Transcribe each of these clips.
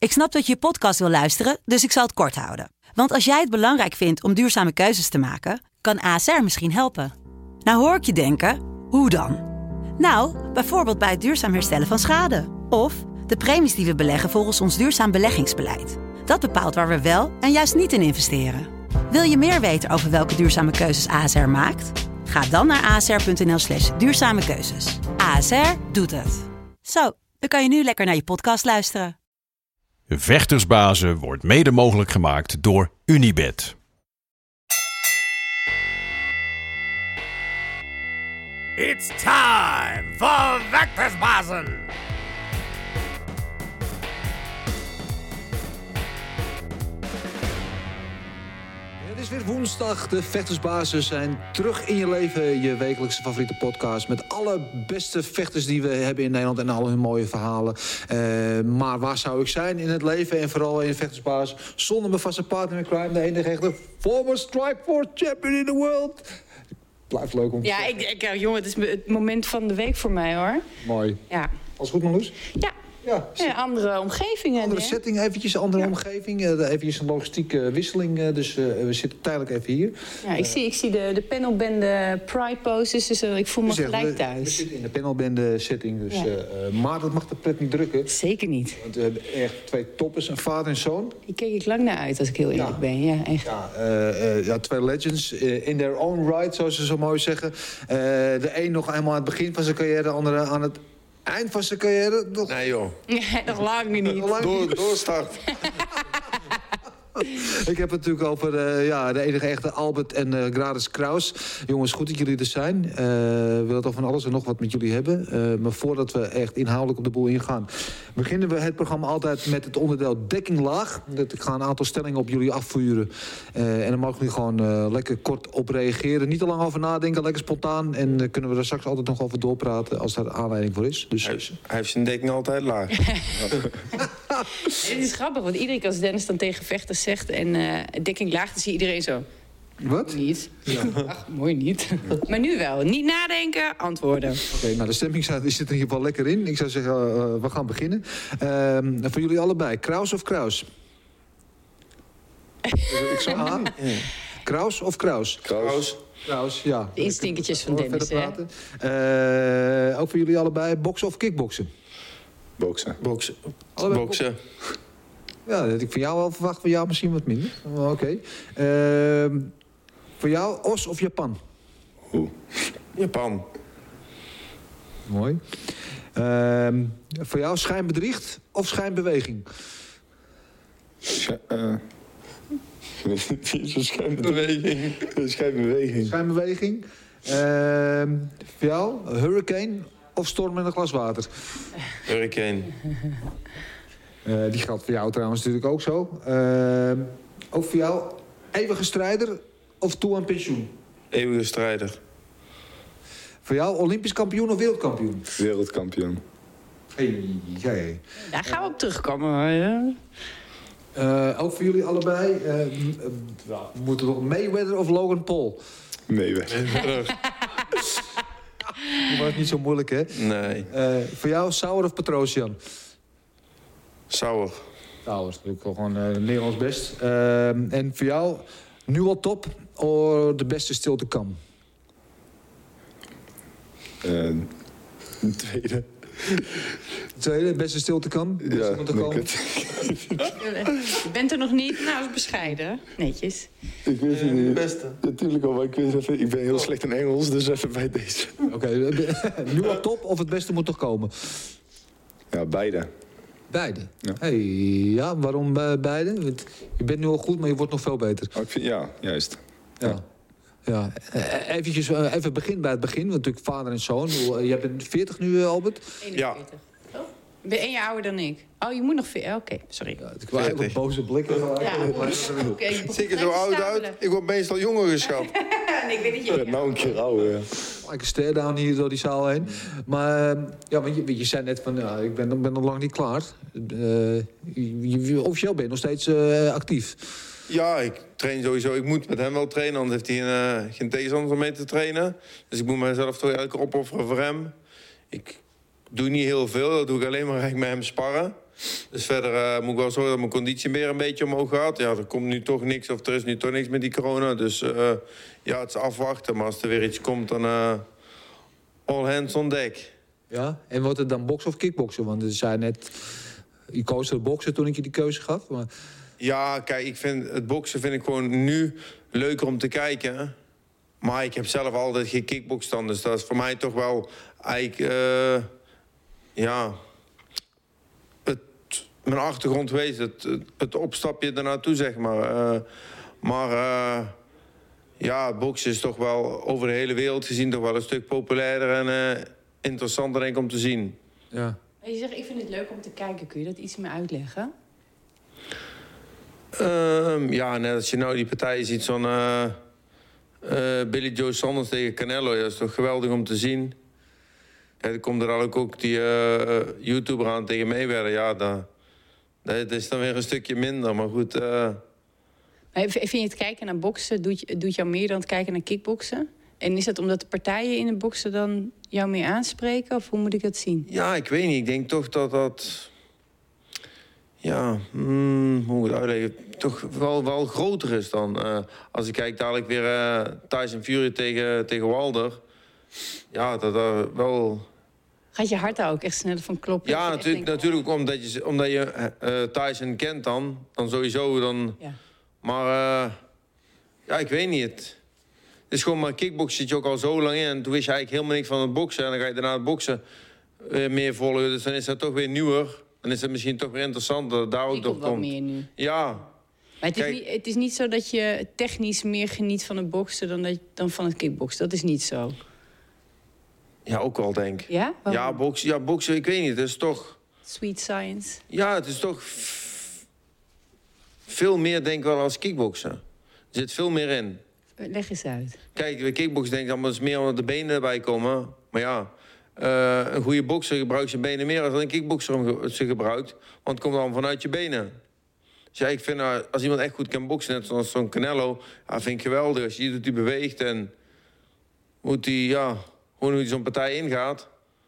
Ik snap dat je podcast wil luisteren, dus ik zal het kort houden. Want als jij het belangrijk vindt om duurzame keuzes te maken, kan ASR misschien helpen. Nou hoor ik je denken, hoe dan? Nou, bijvoorbeeld bij het duurzaam herstellen van schade. Of de premies die we beleggen volgens ons duurzaam beleggingsbeleid. Dat bepaalt waar we wel en juist niet in investeren. Wil je meer weten over welke duurzame keuzes ASR maakt? Ga dan naar asr.nl/duurzame keuzes. ASR doet het. Zo, dan kan je nu lekker naar je podcast luisteren. Vechtersbazen wordt mede mogelijk gemaakt door Unibet. It's time for Vechtersbazen! Het is weer woensdag, de Vechtersbazen zijn terug in je leven. Je wekelijkse favoriete podcast met alle beste vechters die we hebben in Nederland en al hun mooie verhalen. Maar waar zou ik zijn in het leven en vooral in de Vechtersbazen zonder mijn vaste partner in crime, de enige echte former Strikeforce champion in the world. Blijft leuk om te zeggen. Jongen, het is het moment van de week voor mij, hoor. Mooi. Ja. Alles goed, Marloes? Ja. Ja, andere omgevingen. Andere setting, eventjes een andere omgeving. Eventjes een logistieke wisseling. Dus we zitten tijdelijk even hier. Ja, ik zie de panelbende Pride poses, dus ik voel me gelijk thuis. We zitten in de panelbende setting, dus, maar dat mag de pret niet drukken. Zeker niet. Want we hebben echt twee toppers, een vader en zoon. Die keek ik lang naar uit, als ik heel eerlijk ben. Ja, echt. Ja, twee legends in their own right, zoals ze zo mooi zeggen. De een nog eenmaal aan het begin van zijn carrière, de andere aan het eind van zijn carrière. Nee, joh. Nee, nog lang niet. Doorstart. Ik heb het natuurlijk over de enige echte Albert en Gradus Kraus. Jongens, goed dat jullie er zijn. We willen toch van alles en nog wat met jullie hebben. Maar voordat we echt inhoudelijk op de boel ingaan, beginnen we het programma altijd met het onderdeel dekking laag. Ik ga een aantal stellingen op jullie afvuren. En dan mogen jullie gewoon lekker kort op reageren. Niet te lang over nadenken, lekker spontaan. En kunnen we er straks altijd nog over doorpraten als daar aanleiding voor is. Dus, Hij heeft zijn dekking altijd laag. Het is grappig, want iedere keer als Dennis dan tegen vechters zegt en dekking laag, dan zie iedereen zo. Wat? Niet. Ja. Ach, mooi niet. Maar nu wel. Niet nadenken, antwoorden. Oké, nou de stemming zit er in ieder geval lekker in. Ik zou zeggen, we gaan beginnen. Voor jullie allebei, Kraus of Kraus? Ik zou aan. Kraus of Kraus? Kraus. Kraus, ja. De instinkertjes van Dennis, hè? Ook voor jullie allebei, boksen of kickboksen? Boksen. Allebei Boksen. Ja, dat ik van jou wel verwacht, van jou misschien wat minder. Oké. Voor jou, Os of Japan? Japan. Mooi. Voor jou, schijnbedriegt of schijnbeweging? Schijnbeweging. Schijnbeweging. Voor jou, hurricane of storm in een glas water? Hurricane. Die geldt voor jou trouwens natuurlijk ook zo. Ook voor jou, eeuwige strijder of toe aan pensioen? Eeuwige strijder. Voor jou, Olympisch kampioen of wereldkampioen? Wereldkampioen. Hey. Daar gaan we op terugkomen. Ook voor jullie allebei, moeten we nog Mayweather of Logan Paul? Mayweather. Dat was niet zo moeilijk, hè? Nee. Voor jou, Sauer of Petrosian? Sauer. Sauer is natuurlijk gewoon Nederlands best. En voor jou, nu al top of de beste stilte kam? Tweede. Tweede, beste stilte kam? Ja, Je bent er nog niet. Nou, dat is bescheiden. Netjes. ik weet het niet. Beste. Natuurlijk al, maar ik ben heel slecht in Engels, dus even bij deze. Oké, nu al top of het beste moet toch komen? Ja, beide. Beide? Ja. Hey, ja, waarom beide? Want je bent nu al goed, maar je wordt nog veel beter. Oh, ja, juist. Ja. Even begin bij het begin, want natuurlijk vader en zoon. Jij bent 40 nu, Albert? 41. Ja. Oh, je bent 1 jaar ouder dan ik. Oh, je moet nog veel. Oké, sorry. Ja, ik was eigenlijk boze blikken. Ja. Okay, Zie ik er zo oud uit? Ik word meestal jonger geschat. Nee, ik weet dat je... Ik ben nou een keer ouder, ja. Ik stare-down hier door die zaal heen. Maar ja, want je zei net van, ja, ik ben nog lang niet klaar. Officieel ben je nog steeds actief. Ja, ik train sowieso. Ik moet met hem wel trainen, anders heeft hij geen tegenstander om mee te trainen. Dus ik moet mezelf toch elke keer opofferen voor hem. Ik doe niet heel veel, dat doe ik alleen maar eigenlijk met hem sparren. Dus verder moet ik wel zorgen dat mijn conditie weer een beetje omhoog gaat. Ja, er komt nu toch niks, of er is nu toch niks met die corona. Dus ja, het is afwachten. Maar als er weer iets komt, dan all hands on deck. Ja, en wordt het dan boksen of kickboksen? Want je zei net, je koos voor boksen toen ik je die keuze gaf. Maar... Ja, kijk, het boksen vind ik gewoon nu leuker om te kijken. Maar ik heb zelf altijd gekickbokst dan. Dus dat is voor mij toch wel eigenlijk... mijn achtergrond geweest. Het opstapje ernaartoe, zeg maar. Het boksen is toch wel over de hele wereld gezien... toch wel een stuk populairder en interessanter, denk ik, om te zien. Ja. Je zegt, ik vind het leuk om te kijken. Kun je dat iets meer uitleggen? Net als je nou die partij ziet, zo'n Billy Joe Saunders tegen Canelo. Ja, dat is toch geweldig om te zien. Ja, er komt er ook die YouTuber aan tegen meewerken. Ja, dat is dan weer een stukje minder, maar goed. Vind je het kijken naar boksen, doet jou meer dan het kijken naar kickboksen? En is dat omdat de partijen in het boksen dan jou meer aanspreken? Of hoe moet ik dat zien? Ja, ik weet niet. Ik denk toch dat... Ja, hoe moet ik het uitleggen? Toch wel groter is dan. Als ik kijk dadelijk weer Tyson Fury tegen Wilder. Ja, dat wel... Gaat je hart daar ook echt sneller van kloppen? Ja, natuurlijk omdat je Tyson kent dan sowieso. Dan... Ja. Maar ik weet niet. Het is gewoon maar kickboksen zit je ook al zo lang in. En toen wist je eigenlijk helemaal niks van het boksen. En dan ga je daarna het boksen meer volgen. Dus dan is dat toch weer nieuwer. Dan is het misschien toch weer interessanter dat daar ook door komt. Meer nu. Ja. Maar het is niet zo dat je technisch meer geniet van het boksen dan van het kickboksen. Dat is niet zo. Ja, ook wel, denk ik. Ja? Waarom? Ja, boksen, ik weet niet. Het is toch... Sweet science. Ja, het is toch veel meer, denk ik wel, als kickboksen. Er zit veel meer in. Leg eens uit. Kijk, bij kickboksen denk ik dat het meer omdat de benen erbij komen. Maar ja, een goede bokser gebruikt zijn benen meer dan een kickbokser ze gebruikt. Want het komt dan vanuit je benen. Dus ja, ik vind als iemand echt goed kan boksen, net zoals zo'n Canelo, vind ik geweldig. Als je ziet dat hij beweegt en hoe hij zo'n partij ingaat.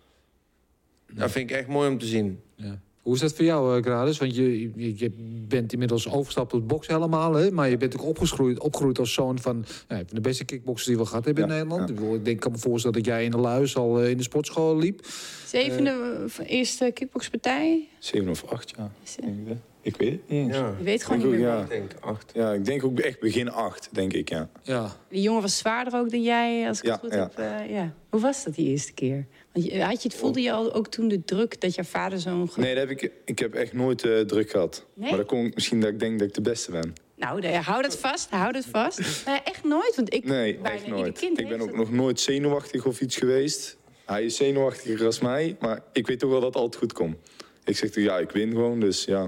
Dat vind ik echt mooi om te zien. Ja. Hoe is dat voor jou, Gradus? Want je bent inmiddels overgestapt op het boksen helemaal, hè? Maar je bent ook opgegroeid als zoon van de beste kickboxers die we gehad hebben in Nederland. Ja. Ik kan me voorstellen dat jij in de Luis al in de sportschool liep. 7e eerste kickboxpartij? 7 of 8, ja. Ik weet het niet eens. Ja. Je weet gewoon niet meer. Ja. Ik denk 8. Ja, ik denk ook echt begin 8, denk ik, ja. Die jongen was zwaarder ook dan jij, als ik het goed heb. Hoe was dat die eerste keer? Want voelde je ook toen de druk dat jouw vader zo'n... Nee, dat ik heb echt nooit druk gehad. Nee? Maar dat komt misschien dat ik denk dat ik de beste ben. Nou, hou dat vast. Echt nooit? Want nee, echt nooit. Ik ben ook nog nooit zenuwachtig of iets geweest. Hij is zenuwachtiger als mij, maar ik weet toch wel dat het altijd goed komt. Ik zeg toch, ik win gewoon, dus ja.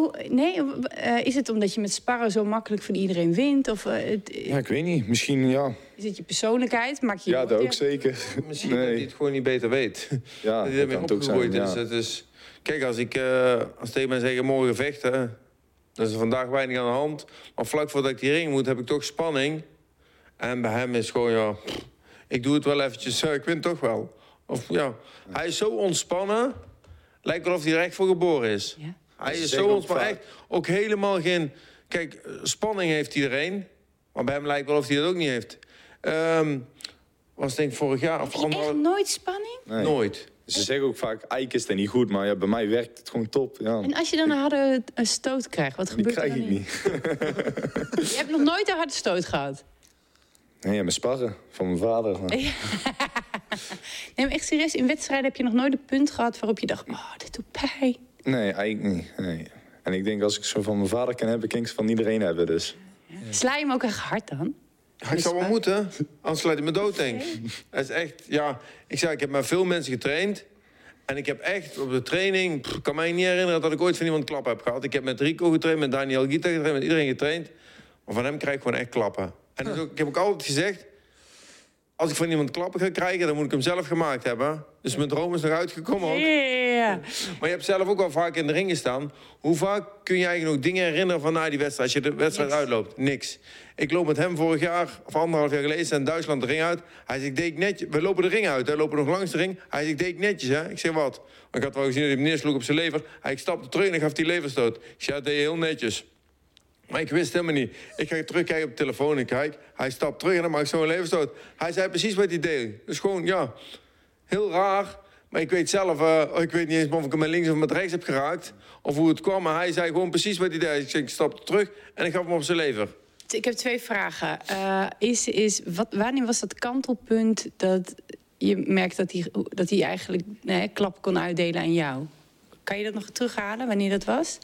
Is het omdat je met sparren zo makkelijk van iedereen wint? Of, ja, ik weet niet. Misschien, ja. Is het je persoonlijkheid? Maak je dat ook zeker. Misschien dat hij het gewoon niet beter weet. Ja, dat kan het ook zijn, ja. Het is, kijk, als tegen mij zeggen morgen vechten, dan is er vandaag weinig aan de hand. Maar vlak voordat ik die ring moet, heb ik toch spanning. En bij hem is gewoon, ik doe het wel eventjes, ik win toch wel. Of hij is zo ontspannen... Lijkt wel of hij er echt voor geboren is. Ja. Hij is zo ontspannen. Echt ook helemaal geen... Kijk, spanning heeft iedereen. Maar bij hem lijkt wel of hij dat ook niet heeft. Was denk ik vorig jaar... Heb je echt nooit spanning? Nee. Nooit. Ze zeggen ook vaak, eigenlijk is dat niet goed. Maar ja, bij mij werkt het gewoon top. Ja. En als je dan een harde stoot krijgt, wat gebeurt er dan? Die krijg ik niet. Je hebt nog nooit een harde stoot gehad? Nee, mijn sparren van mijn vader. Nee, maar echt serieus, in wedstrijden heb je nog nooit een punt gehad waarop je dacht, dit doet pijn. Nee, eigenlijk niet. Nee. En ik denk, als ik zo van mijn vader kan hebben, kan ik ze van iedereen hebben, dus. Ja. Sla je hem ook echt hard dan? Ja, ik zou wel moeten, anders sluit hij me dood, denk ik. Dat is echt, ik heb met veel mensen getraind. En ik heb echt op de training, ik kan mij niet herinneren dat ik ooit van iemand klap heb gehad. Ik heb met Rico getraind, met Daniel Gita getraind, met iedereen getraind. Maar van hem krijg ik gewoon echt klappen. En dus ik heb ook altijd gezegd, als ik van iemand klappen ga krijgen, dan moet ik hem zelf gemaakt hebben. Dus mijn droom is nog uitgekomen ook. Ja. Maar je hebt zelf ook al vaak in de ring gestaan. Hoe vaak kun je eigenlijk nog dingen herinneren van na die wedstrijd? Als je de wedstrijd uitloopt? Niks. Ik loop met hem vorig jaar, of 1,5 jaar geleden, in Duitsland de ring uit. Hij zegt, deed ik netjes. We lopen de ring uit, we lopen nog langs de ring. Hij zegt, deed ik netjes, hè? Ik zeg, wat? Ik had wel gezien dat hij neersloeg op zijn lever. Hij stapte terug en gaf die leverstoot. Ik zeg, ja, dat deed je heel netjes. Maar ik wist helemaal niet. Ik ga terugkijken op de telefoon en kijk. Hij stapt terug en dan maak ik zo'n leverstoot. Hij zei precies wat hij deed. Dus gewoon, ja, heel raar. Maar ik weet zelf, ik weet niet eens of ik hem met links of met rechts heb geraakt. Of hoe het kwam, maar hij zei gewoon precies wat hij deed. Ik zeg, ik stapte terug en ik gaf hem op zijn lever. Ik heb 2 vragen. Wanneer was dat kantelpunt dat je merkt dat hij eigenlijk klap kon uitdelen aan jou? Kan je dat nog terughalen, wanneer dat was?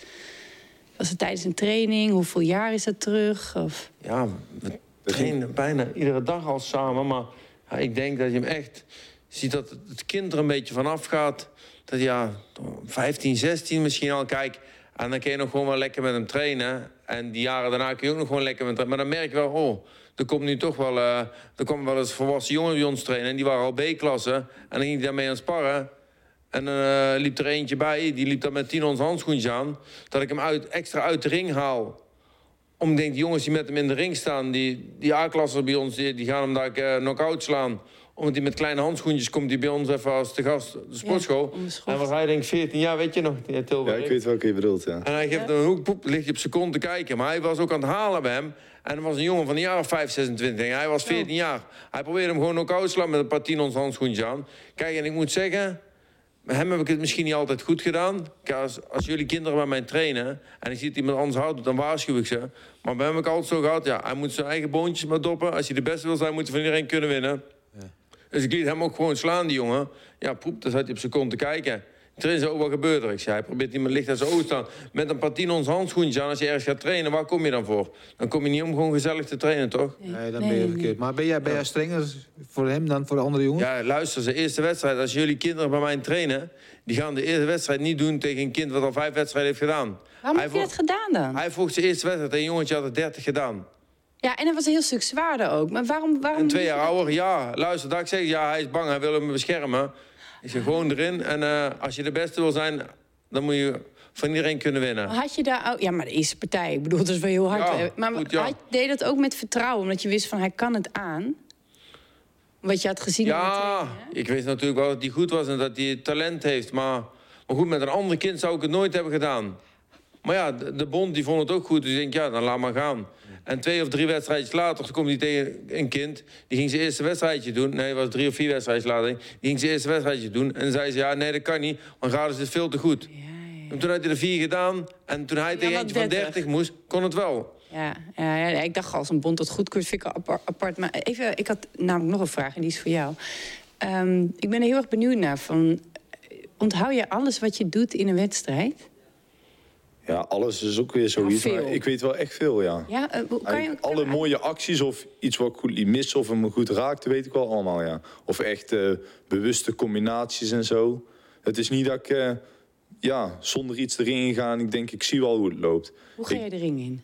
Was het tijdens een training? Hoeveel jaar is dat terug? Of? Ja, we trainen bijna iedere dag al samen. Maar ja, ik denk dat je hem echt ziet dat het kind er een beetje vanaf gaat. Dat ja, 15, 16 misschien al. Kijk, en dan kun je nog gewoon wel lekker met hem trainen. En die jaren daarna kun je ook nog gewoon lekker met hem trainen. Maar dan merk je wel, oh, er komt nu toch wel... er komen wel eens volwassen jongens bij ons trainen. En die waren al B-klasse. En dan ging hij daarmee aan het sparren. En dan liep er eentje bij, die liep dan met 10 ons handschoentjes aan. Dat ik hem extra uit de ring haal. Om, ik denk, die jongens die met hem in de ring staan, die A-klassen bij ons, die gaan hem daar knock-out slaan. Omdat hij met kleine handschoentjes komt, die bij ons even als te gast de sportschool. Ja, en was hij denk ik 14 jaar, weet je nog? Ja, ik weet welke je bedoelt, ja. En hij geeft hem een hoek, poep, ligt hij op zijn kont te kijken. Maar hij was ook aan het halen bij hem. En er was een jongen van een jaar of 5, 26. En hij was 14 jaar. Hij probeerde hem gewoon knock-out te slaan met een paar 10 ons handschoentjes aan. Kijk, en ik moet zeggen... Met hem heb ik het misschien niet altijd goed gedaan. Als jullie kinderen bij mij trainen... en ik zie dat iemand anders houdt, dan waarschuw ik ze. Maar bij hem heb ik altijd zo gehad... ja, hij moet zijn eigen boontjes maar doppen. Als hij de beste wil zijn, moet hij van iedereen kunnen winnen. Ja. Dus ik liet hem ook gewoon slaan, die jongen. Ja, poep, dan zat hij op zijn kont te kijken. Er is ook wat gebeurd er. Ik zei, hij probeert iemand licht aan zijn oog staan. Met een paar 10 ons handschoentjes aan. Als je ergens gaat trainen, waar kom je dan voor? Dan kom je niet om gewoon gezellig te trainen, toch? Nee, dan ben je verkeerd. Maar ben jij strenger voor hem dan voor de andere jongens? Ja, luister, zijn eerste wedstrijd. Als jullie kinderen bij mij trainen... die gaan de eerste wedstrijd niet doen tegen een kind... wat al 5 wedstrijden heeft gedaan. Waarom heb je dat gedaan dan? Hij volgt zijn eerste wedstrijd en een jongetje had er 30 gedaan. Ja, en dat was een heel stuk zwaarder ook. Maar waarom en 2 jaar ouder, ja. Luister, dat ik zeg, ja, hij is bang, hij wil hem beschermen... Ik zeg gewoon erin. En als je de beste wil zijn, dan moet je van iedereen kunnen winnen. Had je daar ook... Ja, maar de eerste partij, ik bedoel, dat is wel heel hard. Ja, maar goed, ja. deed dat ook met vertrouwen? Omdat je wist van, hij kan het aan? Wat je had gezien in de training, ik wist natuurlijk wel dat hij goed was en dat hij talent heeft. Maar goed, met een ander kind zou ik het nooit hebben gedaan. Maar ja, de bond die vond het ook goed. Dus ik denk, ja, dan laat maar gaan. En 2 of 3 wedstrijdjes later komt hij tegen een kind. Die ging zijn eerste wedstrijdje doen. Nee, het was 3 of 4 wedstrijdjes later. Die ging zijn eerste wedstrijdje doen. En zei ze, ja, nee, dat kan niet. Want graden is veel te goed. Ja. En toen had hij er 4 gedaan. En toen hij tegen eentje van 30 moest, kon het wel. Ja, ik dacht als een bond dat goedkeurt, vind ik apart. Maar even, ik had namelijk nog een vraag en die is voor jou. Ik ben er heel erg benieuwd naar. Onthoud je alles wat je doet in een wedstrijd? Ja, alles is ook weer zoiets. Maar ik weet wel echt veel, ja. Alle mooie acties of iets wat ik goed liet missen of hem goed raakte, weet ik wel allemaal, ja. Of echt bewuste combinaties en zo. Het is niet dat ik zonder iets erin ga en ik denk, ik zie wel hoe het loopt. Hoe ga je de ring in?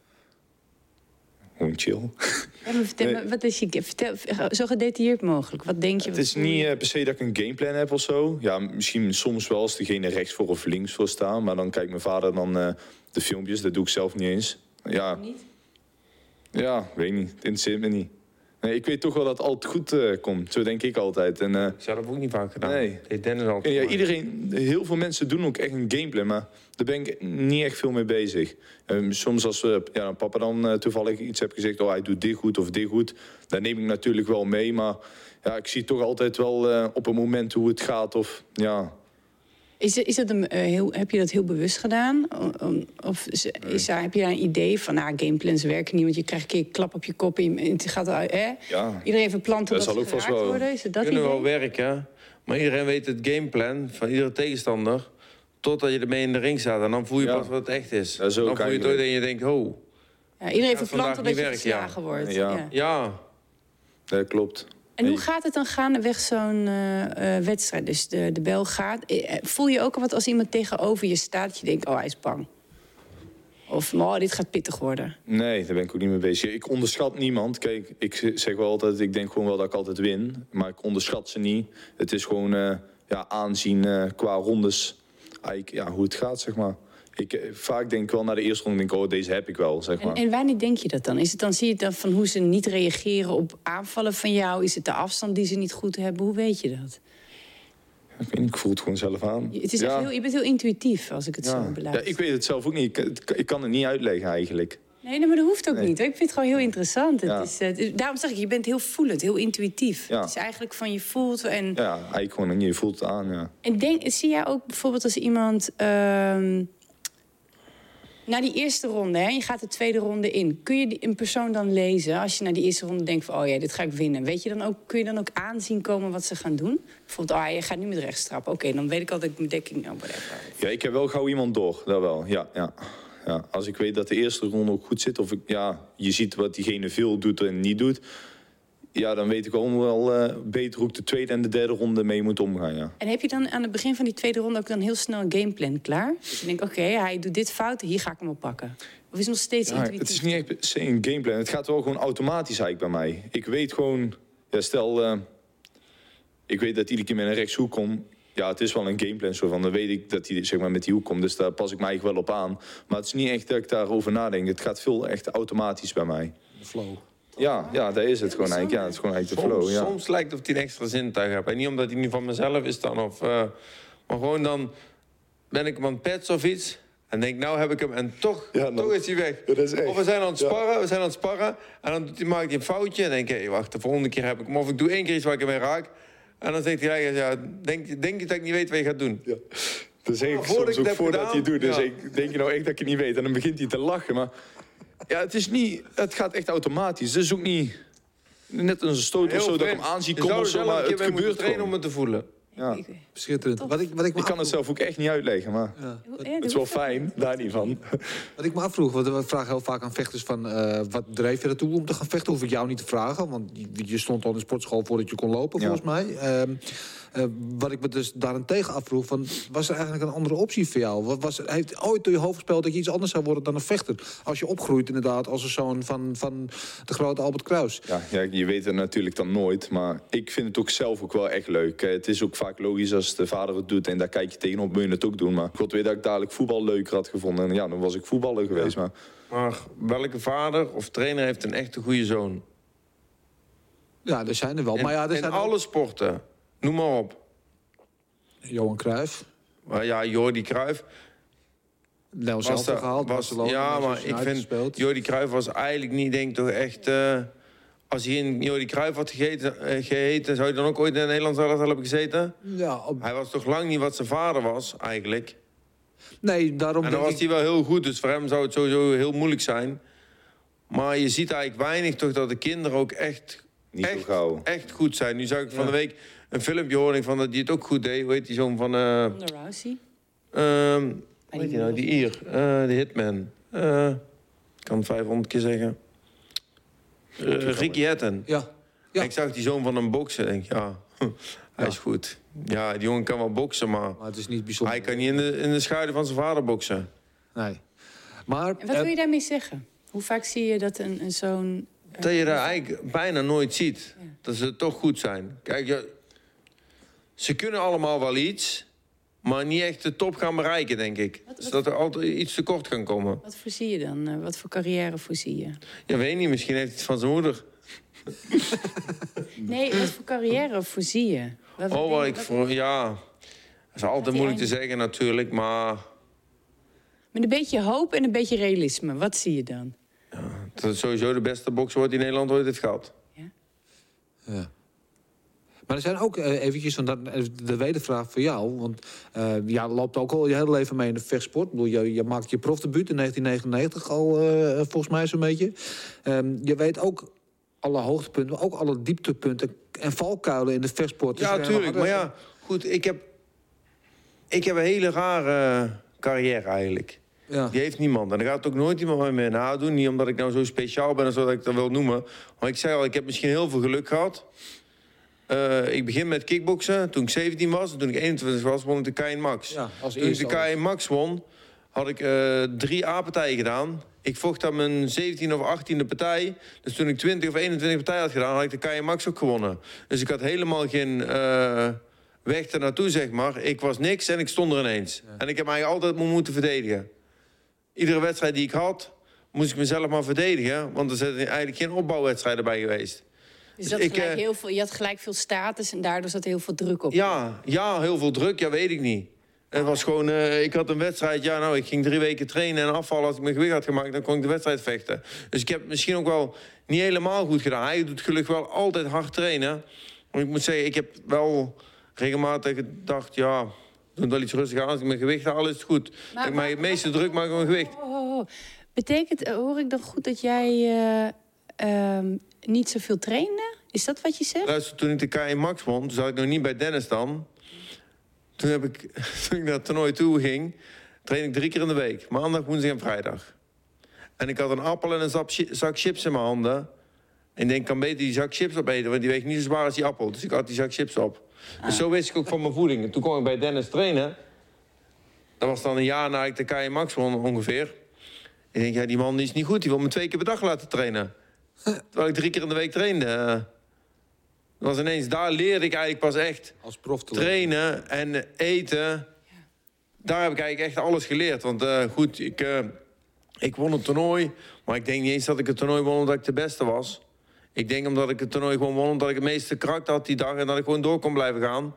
Gewoon chill. Ja, maar vertel me, wat is vertel zo gedetailleerd mogelijk. Wat denk je? Het is niet per se dat ik een gameplan heb of zo. Ja, misschien soms wel als degene rechts voor of links voor staan. Maar dan kijkt mijn vader dan de filmpjes. Dat doe ik zelf niet eens. Ja, niet? Ja, weet niet. Het interesseert me niet. Nee, ik weet toch wel dat het altijd goed komt. Zo denk ik altijd. En, ik zou dat ook niet vaak gedaan. Nee. Dennis altijd. Ja, heel veel mensen doen ook echt een gameplan. Maar daar ben ik niet echt veel mee bezig. Soms als papa dan toevallig iets heeft gezegd... oh, hij doet dit goed of dit goed. Dan neem ik natuurlijk wel mee. Maar ja, ik zie toch altijd wel op een moment hoe het gaat. Of ja... Heb je dat heel bewust gedaan? Of heb je daar een idee van, gameplans werken niet... want je krijgt een keer een klap op je kop en het gaat iedereen heeft een plan dat zal ook vast wel worden? Is het dat kunnen wel werken, maar iedereen weet het gameplan van iedere tegenstander... totdat je ermee in de ring staat en dan voel je pas wat het echt is. Ja, dan voel je het ooit en je denkt, iedereen heeft een plan totdat je geslagen wordt. Ja, dat klopt. En hoe gaat het dan gaandeweg zo'n wedstrijd? Dus de bel gaat. Voel je ook wat als iemand tegenover je staat... dat je denkt, hij is bang? Of, dit gaat pittig worden? Nee, daar ben ik ook niet mee bezig. Ik onderschat niemand. Kijk, ik zeg wel altijd... ik denk gewoon wel dat ik altijd win. Maar ik onderschat ze niet. Het is gewoon... aanzien qua rondes. Eigenlijk, hoe het gaat, zeg maar. Ik vaak denk wel naar de eerste ronde, denk deze heb ik wel, zeg maar. En wanneer denk je dat dan? Zie je dan van hoe ze niet reageren op aanvallen van jou? Is het de afstand die ze niet goed hebben? Hoe weet je dat? Ik weet niet, ik voel het gewoon zelf aan. Het is echt je bent heel intuïtief, als ik het zo beluister. Ja, ik weet het zelf ook niet. Ik kan het niet uitleggen, eigenlijk. Nee, maar dat hoeft ook niet. Ik vind het gewoon heel interessant. Daarom zeg ik, je bent heel voelend, heel intuïtief. Ja. Het is eigenlijk van je voelt en... Ja, eigenlijk gewoon, je voelt het aan, ja. En zie jij ook bijvoorbeeld als iemand... Na die eerste ronde, je gaat de tweede ronde in. Kun je een persoon dan lezen als je na die eerste ronde denkt van... dit ga ik winnen. Kun je dan ook aanzien komen wat ze gaan doen? Bijvoorbeeld, je gaat nu met rechts trappen. Oké, dan weet ik al dat ik mijn dekking... Ja, ik heb wel gauw iemand door, dat wel, ja. Als ik weet dat de eerste ronde ook goed zit... of je ziet wat diegene veel doet en niet doet... Ja, dan weet ik wel beter hoe ik de tweede en de derde ronde mee moet omgaan, ja. En heb je dan aan het begin van die tweede ronde ook dan heel snel een gameplan klaar? Dus je denkt, hij doet dit fout, hier ga ik hem op pakken. Of is het nog steeds intuïtief? Het is niet echt een gameplan. Het gaat wel gewoon automatisch eigenlijk bij mij. Ik weet gewoon... stel, ik weet dat iedere keer met een rechtshoek kom... Ja, het is wel een gameplan zo van. Dan weet ik dat hij zeg maar, met die hoek komt. Dus daar pas ik mij eigenlijk wel op aan. Maar het is niet echt dat ik daarover nadenk. Het gaat veel echt automatisch bij mij. De flow. Ja, daar is het gewoon eigenlijk. Ja, het is gewoon eigenlijk de flow. Ja. Soms lijkt het of hij een extra zintuig heeft. En niet omdat hij nu van mezelf is dan. Maar gewoon dan ben ik hem aan het petsen of iets. En denk, nou heb ik hem. En toch is hij weg. Of we zijn aan het sparren. En dan maakt hij een foutje. En denk ik, wacht, de volgende keer heb ik hem. Of ik doe 1 keer iets waar ik hem mee raak. En dan zegt hij, denk je dat ik niet weet wat je gaat doen? Ja. Dat zeg ik soms ook voordat hij het doet. Dus ik denk je nou echt dat ik het niet weet. En dan begint hij te lachen. Maar ja, het gaat echt automatisch. Het is ook niet net een stoot of zo dat ik hem aanzie komen of zo. Maar het gebeurt trainen om het te voelen. Ja. Schitterend. Ik kan het zelf ook echt niet uitleggen, maar het is wel fijn, daar niet van. Wat ik me afvroeg, want we vragen heel vaak aan vechters van... wat dreef je ertoe om te gaan vechten? Hoef ik jou niet te vragen, want je stond al in de sportschool voordat je kon lopen, volgens mij. Wat ik me dus daarentegen afvroeg, was er eigenlijk een andere optie voor jou? Heeft ooit door je hoofd gespeeld dat je iets anders zou worden dan een vechter? Als je opgroeit inderdaad als een zoon van de grote Albert Kruis. Ja, je weet het natuurlijk dan nooit, maar ik vind het ook zelf ook wel echt leuk. Het is ook vaak logisch als de vader het doet en daar kijk je tegenop, moet je het ook doen. Maar God weet dat ik dadelijk voetbal leuker had gevonden. En dan was ik voetballer geweest. Ja. Maar welke vader of trainer heeft een echte goede zoon? Ja, er zijn er wel. In alle sporten. Noem maar op. Johan Cruijff. Ja, Jordi Cruijff. Nou, zelf gehaald. Ja, maar ik vind... Jordi Cruijff was eigenlijk niet, denk ik, toch echt... als hij in Jordi Cruijff had geheten... zou hij dan ook ooit in het Nederlands elftal hebben gezeten? Ja. Hij was toch lang niet wat zijn vader was, eigenlijk? Nee, daarom... En dan was hij wel heel goed, dus voor hem zou het sowieso heel moeilijk zijn. Maar je ziet eigenlijk weinig toch dat de kinderen ook echt goed zijn. Nu zag ik van de week een filmpje horen van dat hij het ook goed deed. Hoe heet die zoon van... Ronda Rousey? Hoe heet die nou? Die Ier. De Hitman. Ik kan het 500 keer zeggen. Ricky Hatton. Ja. Ik zag die zoon van hem boksen. Denk hij is goed. Ja, die jongen kan wel boksen, maar het is niet bijzonder. Hij kan niet in de schaduw van zijn vader boksen. Nee. Maar, en wat wil je daarmee zeggen? Hoe vaak zie je dat een zo'n... Dat je daar eigenlijk bijna nooit ziet. Ja. Dat ze toch goed zijn. Kijk, ze kunnen allemaal wel iets... maar niet echt de top gaan bereiken, denk ik. Dus dat er altijd iets tekort kan komen. Wat voorzie je dan? Wat voor carrière voorzie je? Ja, weet niet. Misschien heeft hij het van zijn moeder. Nee, wat voor carrière voorzie je? Ja... Dat is altijd moeilijk te zeggen natuurlijk, maar... Met een beetje hoop en een beetje realisme. Wat zie je dan? Ja, dat het sowieso de beste bokser wordt die Nederland ooit heeft gehad. Ja. Maar er zijn ook eventjes, de wedervraag voor jou. Want je loopt ook al je hele leven mee in de vechtsport. Ik bedoel, je maakt je profdebuut in 1999 al, volgens mij zo'n beetje. Je weet ook alle hoogtepunten, maar ook alle dieptepunten en valkuilen in de vechtsport. Ja, natuurlijk. Maar ja, goed, ik heb een hele rare carrière eigenlijk. Ja. Die heeft niemand. En daar gaat ook nooit iemand met me nadoen. Niet omdat ik nou zo speciaal ben, zodat ik dat wil noemen. Maar ik zei al, ik heb misschien heel veel geluk gehad. Ik begin met kickboksen toen ik 17 was. En toen ik 21 was, won ik de KN Max. Ja, toen ik de KN Max won, had ik 3 A-partijen gedaan. Ik vocht aan mijn 17e of 18e partij. Dus toen ik 20 of 21 partijen had gedaan, had ik de KN Max ook gewonnen. Dus ik had helemaal geen weg ernaartoe, zeg maar. Ik was niks en ik stond er ineens. Ja. En ik heb mij altijd moeten verdedigen. Iedere wedstrijd die ik had, moest ik mezelf maar verdedigen. Want er zijn eigenlijk geen opbouwwedstrijden bij geweest. Dus dat je had gelijk veel status en daardoor zat er heel veel druk op. Ja, heel veel druk. Ja, weet ik niet. Het was gewoon, ik had een wedstrijd, ik ging 3 weken trainen en afvallen. Als ik mijn gewicht had gemaakt, dan kon ik de wedstrijd vechten. Dus ik heb het misschien ook wel niet helemaal goed gedaan. Hij doet gelukkig wel altijd hard trainen. Maar ik moet zeggen, ik heb wel regelmatig gedacht, doe het wel iets rustig aan. Als ik mijn gewicht haal, is het goed. Maar, ik maak het meeste druk maak ik mijn gewicht. Betekent, hoor ik dan goed dat jij niet zoveel trainde? Is dat wat je zegt? Luister, toen ik de KE Max won, toen zat ik nog niet bij Dennis dan. Toen ik naar het toernooi toe ging, train ik 3 keer in de week. Maandag, woensdag en vrijdag. En ik had een appel en een zak chips in mijn handen. En ik denk, ik kan beter die zak chips opeten, want die weegt niet zo zwaar als die appel. Dus ik had die zak chips op. Dus zo wist ik ook van mijn voeding. En toen kwam ik bij Dennis trainen. Dat was dan een jaar na ik de KE Max won ongeveer. Ik denk, die man die is niet goed. Die wil me 2 keer per dag laten trainen. Terwijl ik 3 keer in de week trainde. Was ineens, daar leerde ik eigenlijk pas echt als prof trainen en eten. Ja. Daar heb ik eigenlijk echt alles geleerd. Want ik won het toernooi, maar ik denk niet eens dat ik het toernooi won omdat ik de beste was. Ik denk omdat ik het toernooi gewoon won omdat ik het meeste karakter had die dag en dat ik gewoon door kon blijven gaan.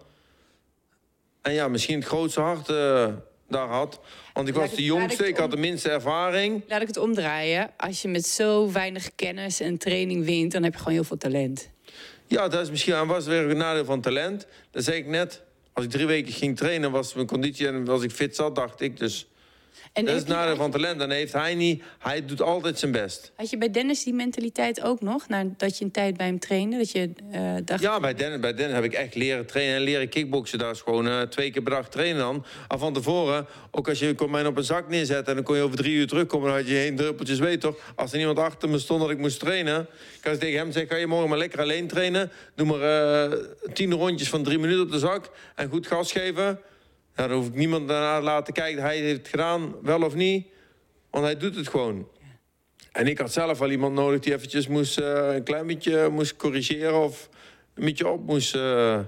En misschien het grootste hart daar had. Want ik was de jongste, ik had de minste ervaring. Laat ik het omdraaien. Als je met zo weinig kennis en training wint, dan heb je gewoon heel veel talent. Ja, dat is misschien was weer een nadeel van talent. Dat zei ik net. Als ik 3 weken ging trainen, was mijn conditie en als ik fit zat, dacht ik. Dus en dat is het nadeel van talent. Dan heeft hij niet. Hij doet altijd zijn best. Had je bij Dennis die mentaliteit ook nog? Nadat je een tijd bij hem trainde? Dat je dacht... Ja, bij Dennis heb ik echt leren trainen en leren kickboksen. Daar is gewoon 2 keer per dag trainen dan. Al van tevoren, ook als je kon mij op een zak neerzetten en dan kon je over 3 uur terugkomen, dan had je geen druppeltjes weet, toch? Als er niemand achter me stond dat ik moest trainen, kan ik tegen hem zeggen, kan je morgen maar lekker alleen trainen? Doe maar 10 rondjes van 3 minuten op de zak en goed gas geven. Ja, dan hoef ik niemand daarna te laten kijken, hij heeft het gedaan, wel of niet. Want hij doet het gewoon. En ik had zelf wel iemand nodig die eventjes moest, een klein beetje moest corrigeren of een beetje op moest...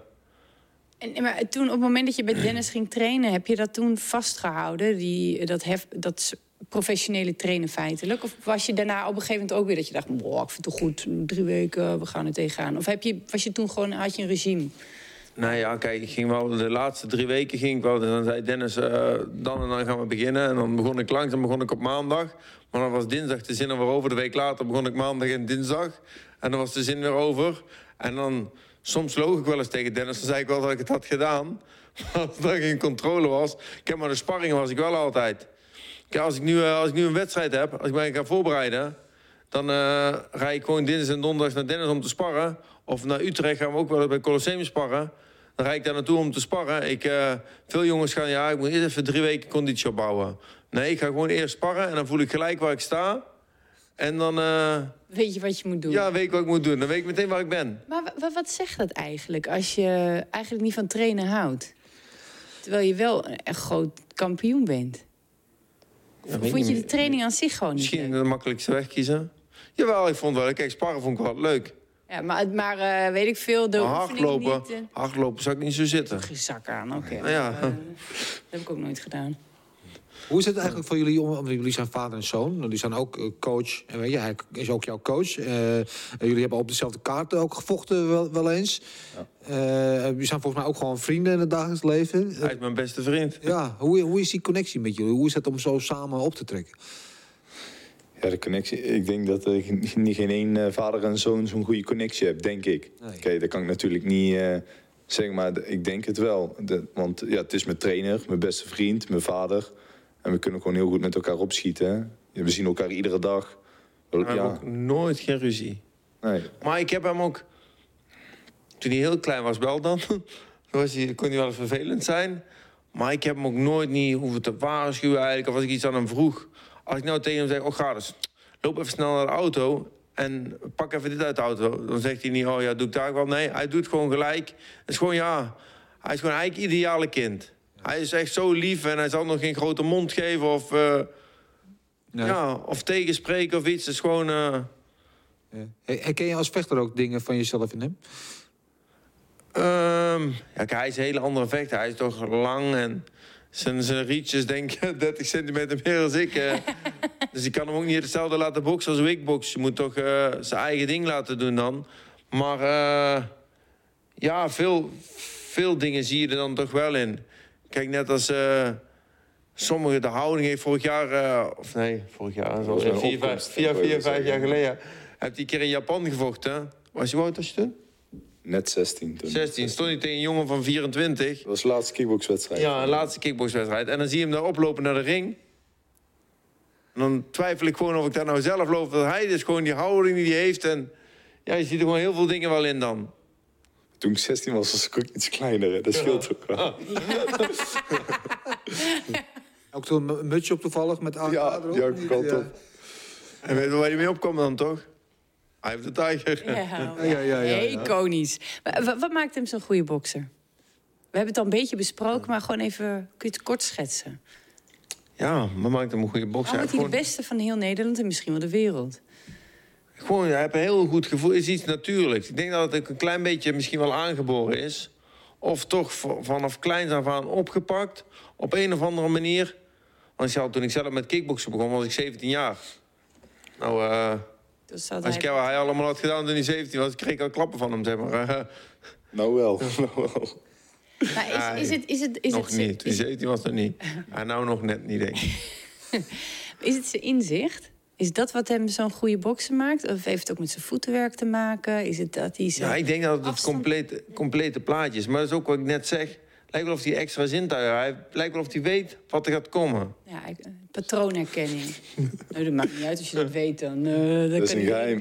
Maar toen, op het moment dat je bij Dennis ging trainen, heb je dat toen vastgehouden? Dat professionele trainen feitelijk? Of was je daarna op een gegeven moment ook weer dat je dacht, ik vind het toch goed, 3 weken, we gaan er tegenaan? Of was je toen gewoon, had je een regime? Nou ja, kijk, ik ging wel de laatste 3 weken ging ik wel. Dan zei Dennis, dan en dan gaan we beginnen. En dan begon ik langzaam, begon ik op maandag. Maar dan was dinsdag de zin er weer over. De week later begon ik maandag en dinsdag. En dan was de zin weer over. En dan, soms loog ik wel eens tegen Dennis. Dan zei ik wel dat ik het had gedaan. Maar als er geen controle was. Kijk, maar de sparringen was ik wel altijd. Kijk, als ik nu een wedstrijd heb, als ik mij ga voorbereiden, dan rijd ik gewoon dinsdag en donderdag naar Dennis om te sparren. Of naar Utrecht gaan we ook wel bij Colosseum sparren. Dan rijd ik daar naartoe om te sparren. Veel jongens gaan, ik moet eerst even 3 weken conditie opbouwen. Nee, ik ga gewoon eerst sparren en dan voel ik gelijk waar ik sta. En dan... weet je wat je moet doen? Ja, weet ik wat ik moet doen. Dan weet ik meteen waar ik ben. Maar wat zegt dat eigenlijk, als je eigenlijk niet van trainen houdt? Terwijl je wel een groot kampioen bent. Ja, vond je de training aan zich gewoon niet misschien de makkelijkste weg kiezen? Jawel, ik vond wel. Kijk, sparren vond ik wel leuk. Ja, maar weet ik veel, de hardlopen, hardlopen zou ik niet zo zitten. Geen zak aan, oké. Ja. Dat heb ik ook nooit gedaan. Hoe is het eigenlijk voor jullie? Jullie zijn vader en zoon. Jullie zijn ook coach. En weet je, hij is ook jouw coach. Jullie hebben op dezelfde kaart ook gevochten wel eens. Ja. Jullie zijn volgens mij ook gewoon vrienden in het dagelijks leven. Hij is mijn beste vriend. Ja, hoe is die connectie met jullie? Hoe is het om zo samen op te trekken? Ja, de connectie. Ik denk dat er geen één vader en zoon zo'n goede connectie hebt, denk ik. Nee. Kijk, dat kan ik natuurlijk niet zeggen, maar ik denk het wel. Want het is mijn trainer, mijn beste vriend, mijn vader. En we kunnen gewoon heel goed met elkaar opschieten. We zien elkaar iedere dag. We hebben ook nooit geen ruzie. Nee. Maar ik heb hem ook... Toen hij heel klein was, wel dan. Kon hij wel eens vervelend zijn. Maar ik heb hem ook nooit niet hoeven te waarschuwen eigenlijk. Of als ik iets aan hem vroeg. Als ik nou tegen hem zeg, ga dus, loop even snel naar de auto en pak even dit uit de auto. Dan zegt hij niet, doe ik daar wel. Nee, hij doet gewoon gelijk. Het is gewoon, hij is gewoon eigenlijk ideale kind. Hij is echt zo lief en hij zal nog geen grote mond geven of, of tegenspreken of iets. Het is gewoon... Ja. Herken je als vechter ook dingen van jezelf in hem? Kijk, hij is een hele andere vechter. Hij is toch lang en zijn reaches denk ik 30 centimeter meer dan ik. Dus ik kan hem ook niet hetzelfde laten boksen als ik boks. Je moet toch zijn eigen ding laten doen dan. Maar ja, veel dingen zie je er dan toch wel in. Kijk, net als sommige de houding heeft vorig jaar... vorig jaar, zoals 4-5 jaar geleden... Heb hij een keer in Japan gevochten. Was je oud als je toen? Net 16 toen. 16. Stond hij tegen een jongen van 24. Dat was de laatste kickboxwedstrijd. Ja, een laatste kickboxwedstrijd. En dan zie je hem daar oplopen naar de ring. En dan twijfel ik gewoon of ik daar nou zelf loop. Dat hij dus gewoon die houding die hij heeft. En ja, je ziet er gewoon heel veel dingen wel in dan. Toen ik 16 was ik ook iets kleiner. Hè? Dat scheelt ook wel. Ook toen een mutsje op toevallig met AK erop? Ja, ik kan toch. En weet je waar hij mee opkomt dan toch? Hij heeft de tijger. Ja. Iconisch. Wat maakt hem zo'n goede bokser? We hebben het al een beetje besproken, maar gewoon even... Kun je het kort schetsen? Ja, wat maakt hem een goede bokser? Waarom is hij de beste van heel Nederland en misschien wel de wereld? Gewoon, hij heeft een heel goed gevoel. Het is iets natuurlijks. Ik denk dat het een klein beetje misschien wel aangeboren is. Of toch vanaf kleins af aan opgepakt. Op een of andere manier. Want toen ik zelf met kickboksen begon, was ik 17 jaar. Nou, dus als ik wat hij allemaal had gedaan toen hij 17 was, kreeg ik al klappen van hem, zeg maar. Nou wel. Maar is het nog niet. Toen hij 17 was nog niet. En nou nog net niet, denk ik. Is het zijn inzicht? Is dat wat hem zo'n goede bokser maakt? Of heeft het ook met zijn voetenwerk te maken? Is het dat hij ik denk dat het complete plaatje is. Maar dat is ook wat ik net zeg. Het lijkt wel of hij extra zintuigen heeft. Het lijkt wel of hij weet wat er gaat komen. Ja, patroonherkenning. Nou, dat maakt niet uit als je dat weet. Dan dat is een geheim.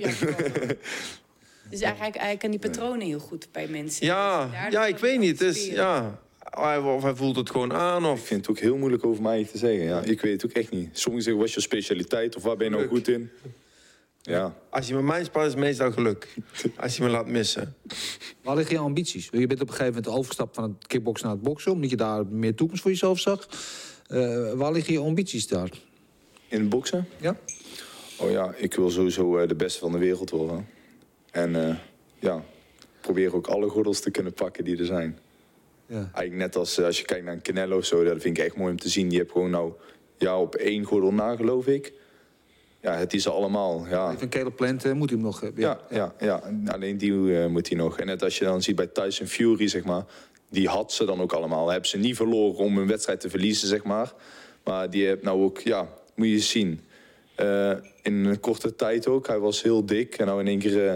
Dus eigenlijk hij kan die patronen heel goed bij mensen. Ja, ik weet niet. Dus, ja. Of hij voelt het gewoon aan. Of... Ik vind het ook heel moeilijk over mij te zeggen. Ja. Ik weet het ook echt niet. Sommigen zeggen, wat is je specialiteit? Of waar ben je nou goed in? Ja. Als je met mij spart, is het meestal geluk. Als je me laat missen. Waar liggen je ambities? Je bent op een gegeven moment overgestapt van het kickboksen naar het boksen... omdat je daar meer toekomst voor jezelf zag. Waar liggen je ambities daar? In het boksen? Ja. Oh ja, ik wil sowieso de beste van de wereld worden. En probeer ook alle gordels te kunnen pakken die er zijn. Ja. Eigenlijk net als je kijkt naar een Canelo of zo, dat vind ik echt mooi om te zien. Die heeft gewoon op 1 gordel na, geloof ik. Ja, het is allemaal. Ja. Even Caleb Plant moet hij hem nog hebben. Ja. Alleen die moet hij nog. En net als je dan ziet bij Tyson Fury, zeg maar, die had ze dan ook allemaal. Hebben ze niet verloren om een wedstrijd te verliezen, zeg maar. Maar die heeft nou ook, moet je zien. In een korte tijd ook. Hij was heel dik. En nou in één keer,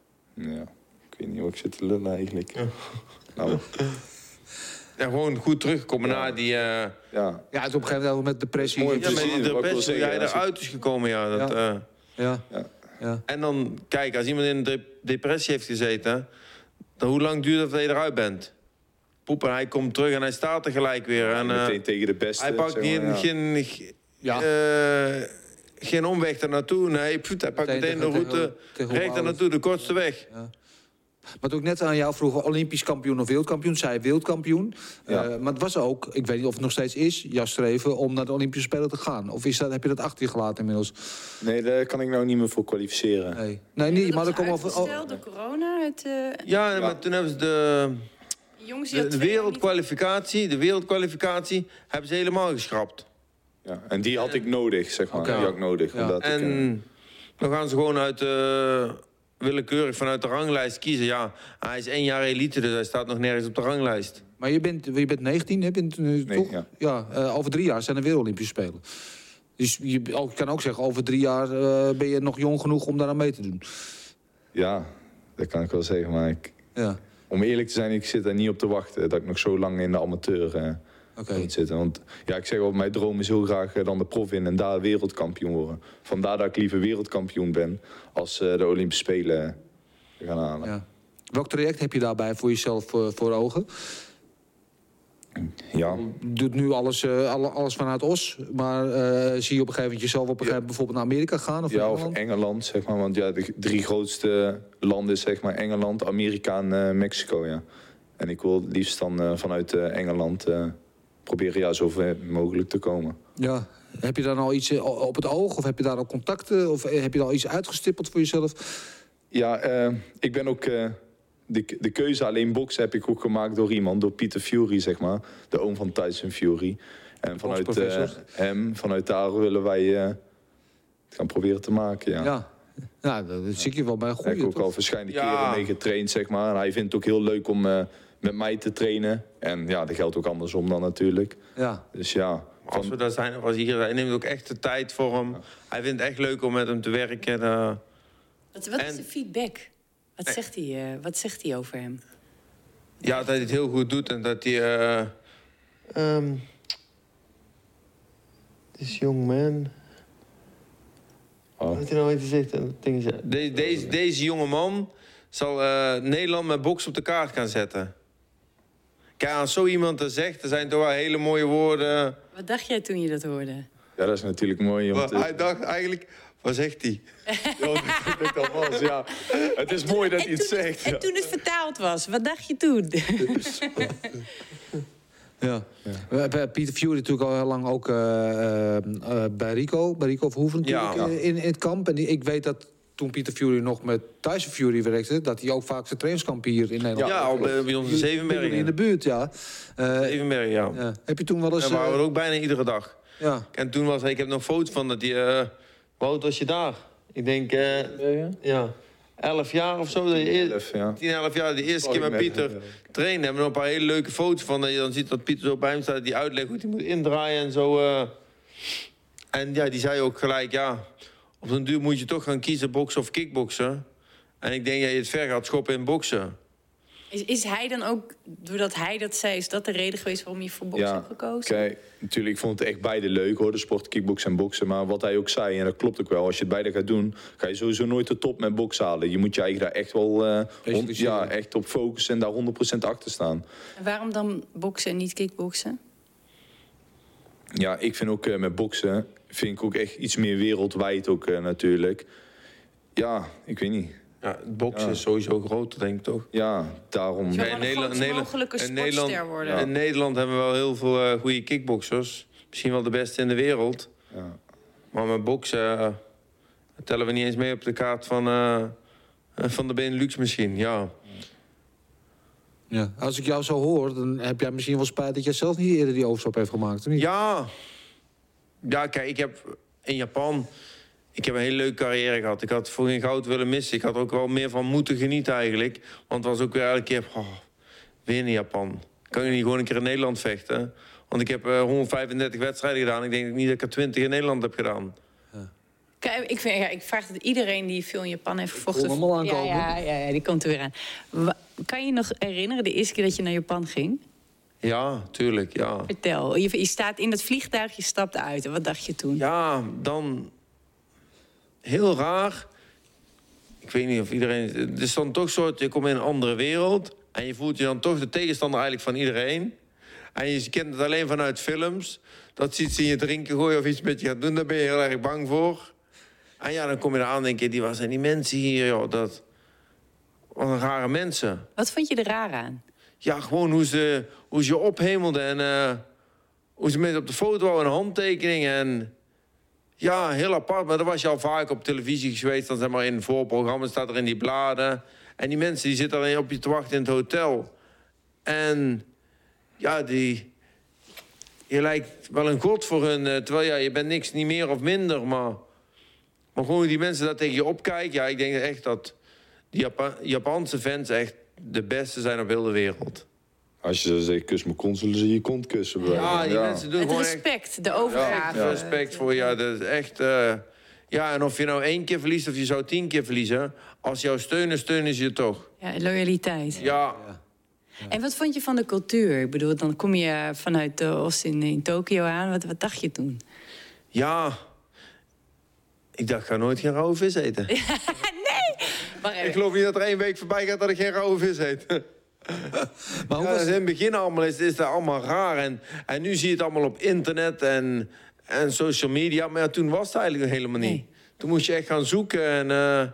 ik weet niet hoe ik zit te lullen eigenlijk. Nou... Ja, gewoon goed terugkomen na die... Ja, het is op een gegeven moment met depressie. Mooi, met die depressie, hoe jij eruit is gekomen, Ja. En dan, kijk, als iemand in een depressie heeft gezeten... dan hoe lang duurt het dat je eruit bent? Poepen, hij komt terug en hij staat er gelijk weer. En, meteen tegen de beste. Hij pakt geen omweg er naartoe. Nee, hij pakt meteen de route recht er naartoe, de kortste weg. Ja. Maar toen ik net aan jou vroeg, Olympisch kampioen of wereldkampioen, zei wereldkampioen. Ja. Maar het was ook, ik weet niet of het nog steeds is, jouw streven om naar de Olympische Spelen te gaan. Of heb je dat achter je gelaten inmiddels? Nee, daar kan ik nou niet meer voor kwalificeren. Nee, niet, maar er komt over. Stel de corona. Maar toen hebben ze de wereldkwalificatie hebben ze helemaal geschrapt. Ja, en die had ik nodig, zeg maar. Okay. Die had ik nodig. Ja. En dan gaan ze gewoon uit willekeurig vanuit de ranglijst kiezen. Ja, hij is 1 jaar elite, dus hij staat nog nergens op de ranglijst. Maar je bent 19, hè? Toch? Ja. Over 3 jaar zijn er weer Olympische Spelen. Dus je kan ook zeggen, over 3 jaar ben je nog jong genoeg om daar aan mee te doen. Ja, dat kan ik wel zeggen, maar om eerlijk te zijn, ik zit daar niet op te wachten dat ik nog zo lang in de amateur moet zitten. Want ik zeg wel, mijn droom is heel graag dan de prof in en daar wereldkampioen worden. Vandaar dat ik liever wereldkampioen ben als de Olympische Spelen gaan halen. Ja. Welk traject heb je daarbij voor jezelf voor ogen? Ja. Je doet nu alles vanuit Os, maar zie je op een gegeven moment jezelf op een gegeven moment bijvoorbeeld naar Amerika gaan? Of of Engeland, zeg maar. Want de 3 grootste landen, zeg maar, Engeland, Amerika en Mexico, ja. En ik wil het liefst dan vanuit Engeland proberen zo ver mogelijk te komen. Ja. Heb je daar al iets op het oog? Of heb je daar al contacten? Of heb je al iets uitgestippeld voor jezelf? Ja, ik ben ook de keuze alleen boksen heb ik ook gemaakt door iemand, door Peter Fury, zeg maar. De oom van Tyson Fury. En vanuit daar willen wij het gaan proberen te maken, ja. Ja, dat zie ik je wel bij een goede. Ik heb ook al verschillende keren mee getraind, zeg maar. En hij vindt het ook heel leuk om met mij te trainen. En ja, dat geldt ook andersom dan natuurlijk. Ja. Dus ja. Als we daar zijn, of als hier, hij neemt ook echt de tijd voor hem. Ja. Hij vindt het echt leuk om met hem te werken. Wat is de feedback? Wat zegt hij over hem? Ja, dat hij het heel goed doet en dat hij... This young man... Wat hij nou iets zegt? Deze jonge man zal Nederland met boksen op de kaart gaan zetten. Kijk, als zo iemand dat zegt, er zijn toch wel hele mooie woorden. Wat dacht jij toen je dat hoorde? Ja, dat is natuurlijk mooi. Hij dacht eigenlijk, wat zegt hij? Ja, dat was, ja. Het is mooi dat hij het zegt. En toen het vertaald was, wat dacht je toen? Ja. Peter Fury natuurlijk al heel lang ook bij Rico Verhoeven natuurlijk in het kamp. En ik weet dat toen Peter Fury nog met Tyson Fury werkte, dat hij ook vaak zijn trainingskamp hier in Nederland... Ja, al bij ons in Zevenbergen. In de buurt, ja. Zevenbergen, ja. Heb je toen wel eens... En waren we ook bijna iedere dag. Ja. En toen was ik heb nog foto's van dat hij... hoe oud was je daar? Ik denk... ja. 11 jaar of zo. 10, 11 jaar. De eerste keer met Pieter trainen. Hebben we nog een paar hele leuke foto's van. Dat je dan ziet dat Pieter zo bij hem staat. Die uitlegt hoe hij moet indraaien en zo. En ja, die zei ook gelijk, ja... Op den duur moet je toch gaan kiezen, boksen of kickboksen. En ik denk dat je het ver gaat schoppen in boksen. Is hij dan ook, doordat hij dat zei... is dat de reden geweest waarom je voor boksen hebt gekozen? Kijk, natuurlijk, ik vond het echt beide leuk, hoor. De sport, kickboksen en boksen. Maar wat hij ook zei, en dat klopt ook wel... als je het beide gaat doen, ga je sowieso nooit de top met boksen halen. Je moet je eigen daar echt wel echt op focussen... en daar 100% achter staan. En waarom dan boksen en niet kickboksen? Ja, ik vind ook met boksen... vind ik ook echt iets meer wereldwijd ook natuurlijk. Ja, ik weet niet. Ja, het boksen is sowieso groter, denk ik toch? Ja, daarom... Je wil een mogelijke sportster worden. Ja. In Nederland hebben we wel heel veel goede kickboxers. Misschien wel de beste in de wereld. Ja. Maar met boksen tellen we niet eens mee op de kaart van de Benelux misschien, ja. Ja. Als ik jou zo hoor, dan heb jij misschien wel spijt... dat jij zelf niet eerder die overstap heeft gemaakt, of niet? Ja. Ja, kijk, ik heb in Japan... Ik heb een hele leuke carrière gehad. Ik had voor geen goud willen missen. Ik had er ook wel meer van moeten genieten eigenlijk. Want het was ook weer elke keer... weer in Japan. Kan je niet gewoon een keer in Nederland vechten? Want ik heb 135 wedstrijden gedaan. Ik denk niet dat ik er 20 in Nederland heb gedaan. Ja. Kijk, ik vraag dat iedereen die veel in Japan heeft gevochten... Ik allemaal aankomen. Ja, die komt er weer aan. Kan je nog herinneren de eerste keer dat je naar Japan ging? Ja, tuurlijk, ja. Vertel. Je staat in dat vliegtuig, je stapt uit. En wat dacht je toen? Ja, dan... Heel raar. Ik weet niet of iedereen... Het is dan toch zo dat je komt in een andere wereld... en je voelt je dan toch de tegenstander eigenlijk van iedereen. En je kent het alleen vanuit films. Dat ze iets in je drinken gooien of iets met je gaat doen... daar ben je heel erg bang voor. En ja, dan kom je eraan en denk je... Wat zijn die mensen hier, joh? Wat een rare mensen. Wat vond je er raar aan? Ja, gewoon hoe ze ophemelden... en hoe ze mensen op de foto houden, een handtekening... en ja, heel apart, maar dat was je al vaak op televisie geweest. Dan zeg maar in voorprogramma's staat er in die bladen. En die mensen die zitten alleen op je te wachten in het hotel. En ja, je lijkt wel een god voor hun. Terwijl ja, je bent niks, niet meer of minder. Maar gewoon die mensen dat tegen je opkijken. Ja, ik denk echt dat die Japanse fans echt de beste zijn op heel de wereld. Als je zegt, kus mijn kont, zullen ze je kont kussen. Ja, die mensen doen het gewoon respect, echt, de overgave. Ja, respect voor, ja, dat is echt... ja, en of je nou 1 keer verliest of je zou 10 keer verliezen... als jou steunen ze je toch. Ja, loyaliteit. Ja. En wat vond je van de cultuur? Ik bedoel, dan kom je vanuit Austin in Tokio aan. Wat dacht je toen? Ja, ik dacht, ik ga nooit geen rauwe vis eten. Nee! Ik geloof niet dat er 1 week voorbij gaat dat ik geen rauwe vis eet. Maar hoe was het? In het begin allemaal is dat allemaal raar. En nu zie je het allemaal op internet en social media. Maar ja, toen was het eigenlijk helemaal niet. Nee. Toen moest je echt gaan zoeken. En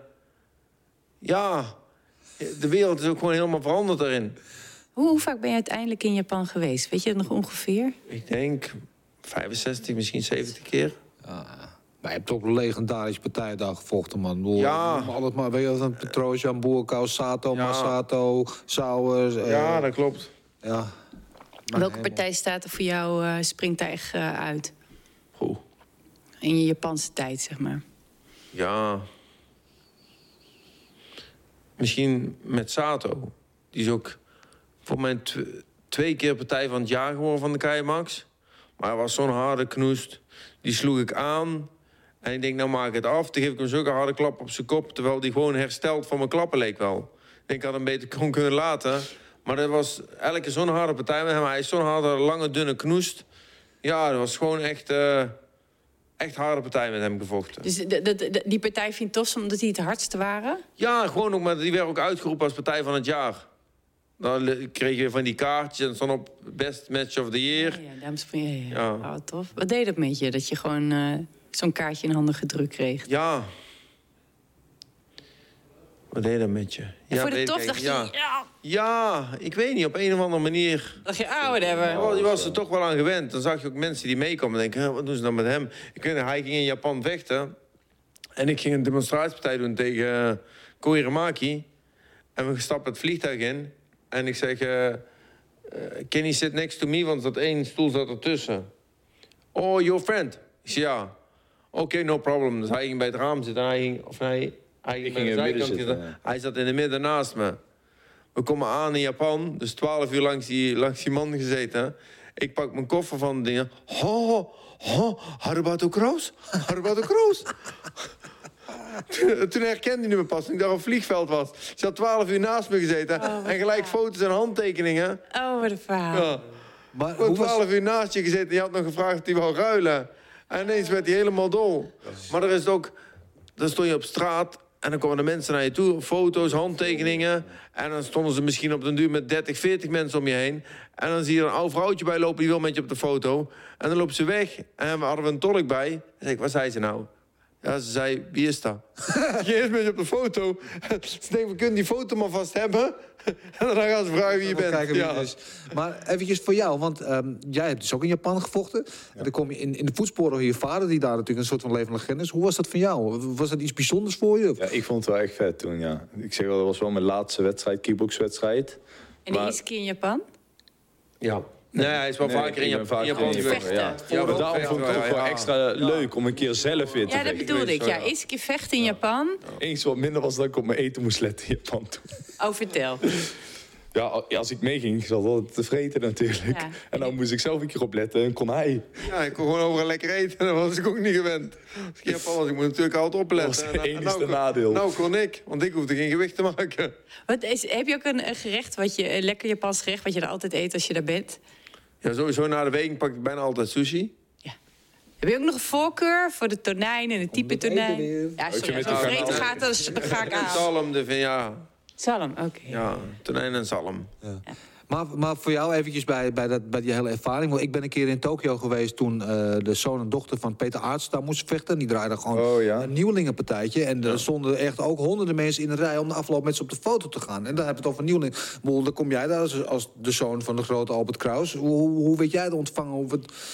ja, de wereld is ook gewoon helemaal veranderd daarin. Hoe vaak ben je uiteindelijk in Japan geweest? Weet je het nog ongeveer? Ik denk 65, misschien 70 keer. Maar je hebt toch een legendarische partij daar gevochten, man. Ja. Alles maar, weet je wat, Petrosjan, Boerkaus, Sato, Masato, Sauers. Ja, dat klopt. Ja. Welke partij staat er voor jou springtijg uit? Goed. In je Japanse tijd, zeg maar. Ja. Misschien met Sato. Die is ook voor mij 2 keer partij van het jaar geworden van de Keimax. Maar hij was zo'n harde knoest. Die sloeg ik aan. En ik denk, nou maak ik het af. Toen geef ik hem zulke harde klap op zijn kop. Terwijl die gewoon hersteld van mijn klappen leek wel. Ik denk, ik had hem beter gewoon kunnen laten. Maar dat was elke keer zo'n harde partij met hem. Hij is zo'n harde, lange, dunne knoest. Ja, dat was gewoon echt harde partij met hem gevochten. Dus die partij vind je tof omdat die het hardste waren? Ja, gewoon ook, maar die werd ook uitgeroepen als partij van het jaar. Dan kreeg je van die kaartjes en stond op Best Match of the Year. Ja, dames en heren. Ja. Oh, tof. Wat deed dat met je, dat je gewoon zo'n kaartje in handen gedrukt kreeg? Ja. Wat deed dat met je? En voor de tof dacht je... Ja, ik weet niet, op een of andere manier... Dacht je, whatever. Ja, die was er toch wel aan gewend. Dan zag je ook mensen die meekomen en denken, wat doen ze dan met hem? Ik weet niet, hij ging in Japan vechten. En ik ging een demonstratiepartij doen tegen Koiramaki. En we stappen het vliegtuig in. En ik zeg, Kenny sit next to me, want dat 1 stoel zat ertussen. Oh, your friend? Ik zeg, ja. Oké, no problem. Dus hij ging bij het raam zitten en hij ging bij de zijkant zitten. Ja. Hij zat in het midden naast me. We komen aan in Japan, dus 12 uur langs die man gezeten. Ik pak mijn koffer van de dingen. Harubato Kroos? Harubato Kroos? Toen herkende hij me pas, toen ik daar op het vliegveld was. Ze had 12 uur naast me gezeten en gelijk foto's en handtekeningen. Oh, wat een verhaal. Ja. Maar hoe 12 uur naast je gezeten en je had nog gevraagd of hij wou ruilen. En ineens werd hij helemaal dol. Maar er is ook... Dan stond je op straat en dan komen de mensen naar je toe. Foto's, handtekeningen. En dan stonden ze misschien op den duur met 30, 40 mensen om je heen. En dan zie je er een oud vrouwtje bij lopen, die wil met je op de foto. En dan lopen ze weg en dan hadden we een tolk bij. Dan zeg ik, wat zei ze nou? Ja, ze zei, wie is dat? Je eerst met je op de foto. Ze denken, we kunnen die foto maar vast hebben. En dan gaan ze vragen wie je bent. Kijken wie het is. Maar eventjes voor jou, want jij hebt dus ook in Japan gevochten. Ja. En dan kom je in de voetsporen van je vader, die daar natuurlijk een soort van levende legende is. Hoe was dat voor jou? Was dat iets bijzonders voor je? Ja, ik vond het wel echt vet toen, ja. Ik zeg wel, dat was wel mijn laatste wedstrijd, kickboxwedstrijd. En de eerste keer in Japan? Ja. Nee, hij is wel vaker in Japan. Vechten. Ja, maar daarom vond ik het ook wel extra leuk om een keer zelf weer te vechten. Ja, dat bedoelde ik. Ja, eerste keer vechten in Japan. Eens wat minder was dat ik op mijn eten moest letten in Japan toen. Oh, vertel. Ja, als ik meeging, zat altijd te vreten natuurlijk. Ja. En dan moest ik zelf een keer opletten en kon hij. Ja, ik kon gewoon overal lekker eten. Dat was ik ook niet gewend. Als ik in Japan was, ik moet natuurlijk altijd opletten. Dat was het enige nadeel. Nou kon ik, want ik hoefde geen gewicht te maken. Heb je ook een gerecht, een lekker Japans gerecht... wat je er altijd eet als je daar bent? Ja, sowieso na de week pak ik bijna altijd sushi. Ja. Heb je ook nog een voorkeur voor de tonijn en het type tonijn? Ja, sorry, als het vreten gaat, dan ga ik aan. Zalm, ja. Zalm, oké. Ja, tonijn en zalm. Ja. Maar voor jou eventjes bij die hele ervaring. Want ik ben een keer in Tokio geweest toen de zoon en dochter van Peter Aerts daar moesten vechten. Die draaiden gewoon een nieuwelingenpartijtje. En er stonden echt ook honderden mensen in de rij om de afloop met ze op de foto te gaan. En dan heb je het over nieuweling. Dan kom jij daar als de zoon van de grote Albert Kraus. Hoe weet jij dat ontvangen?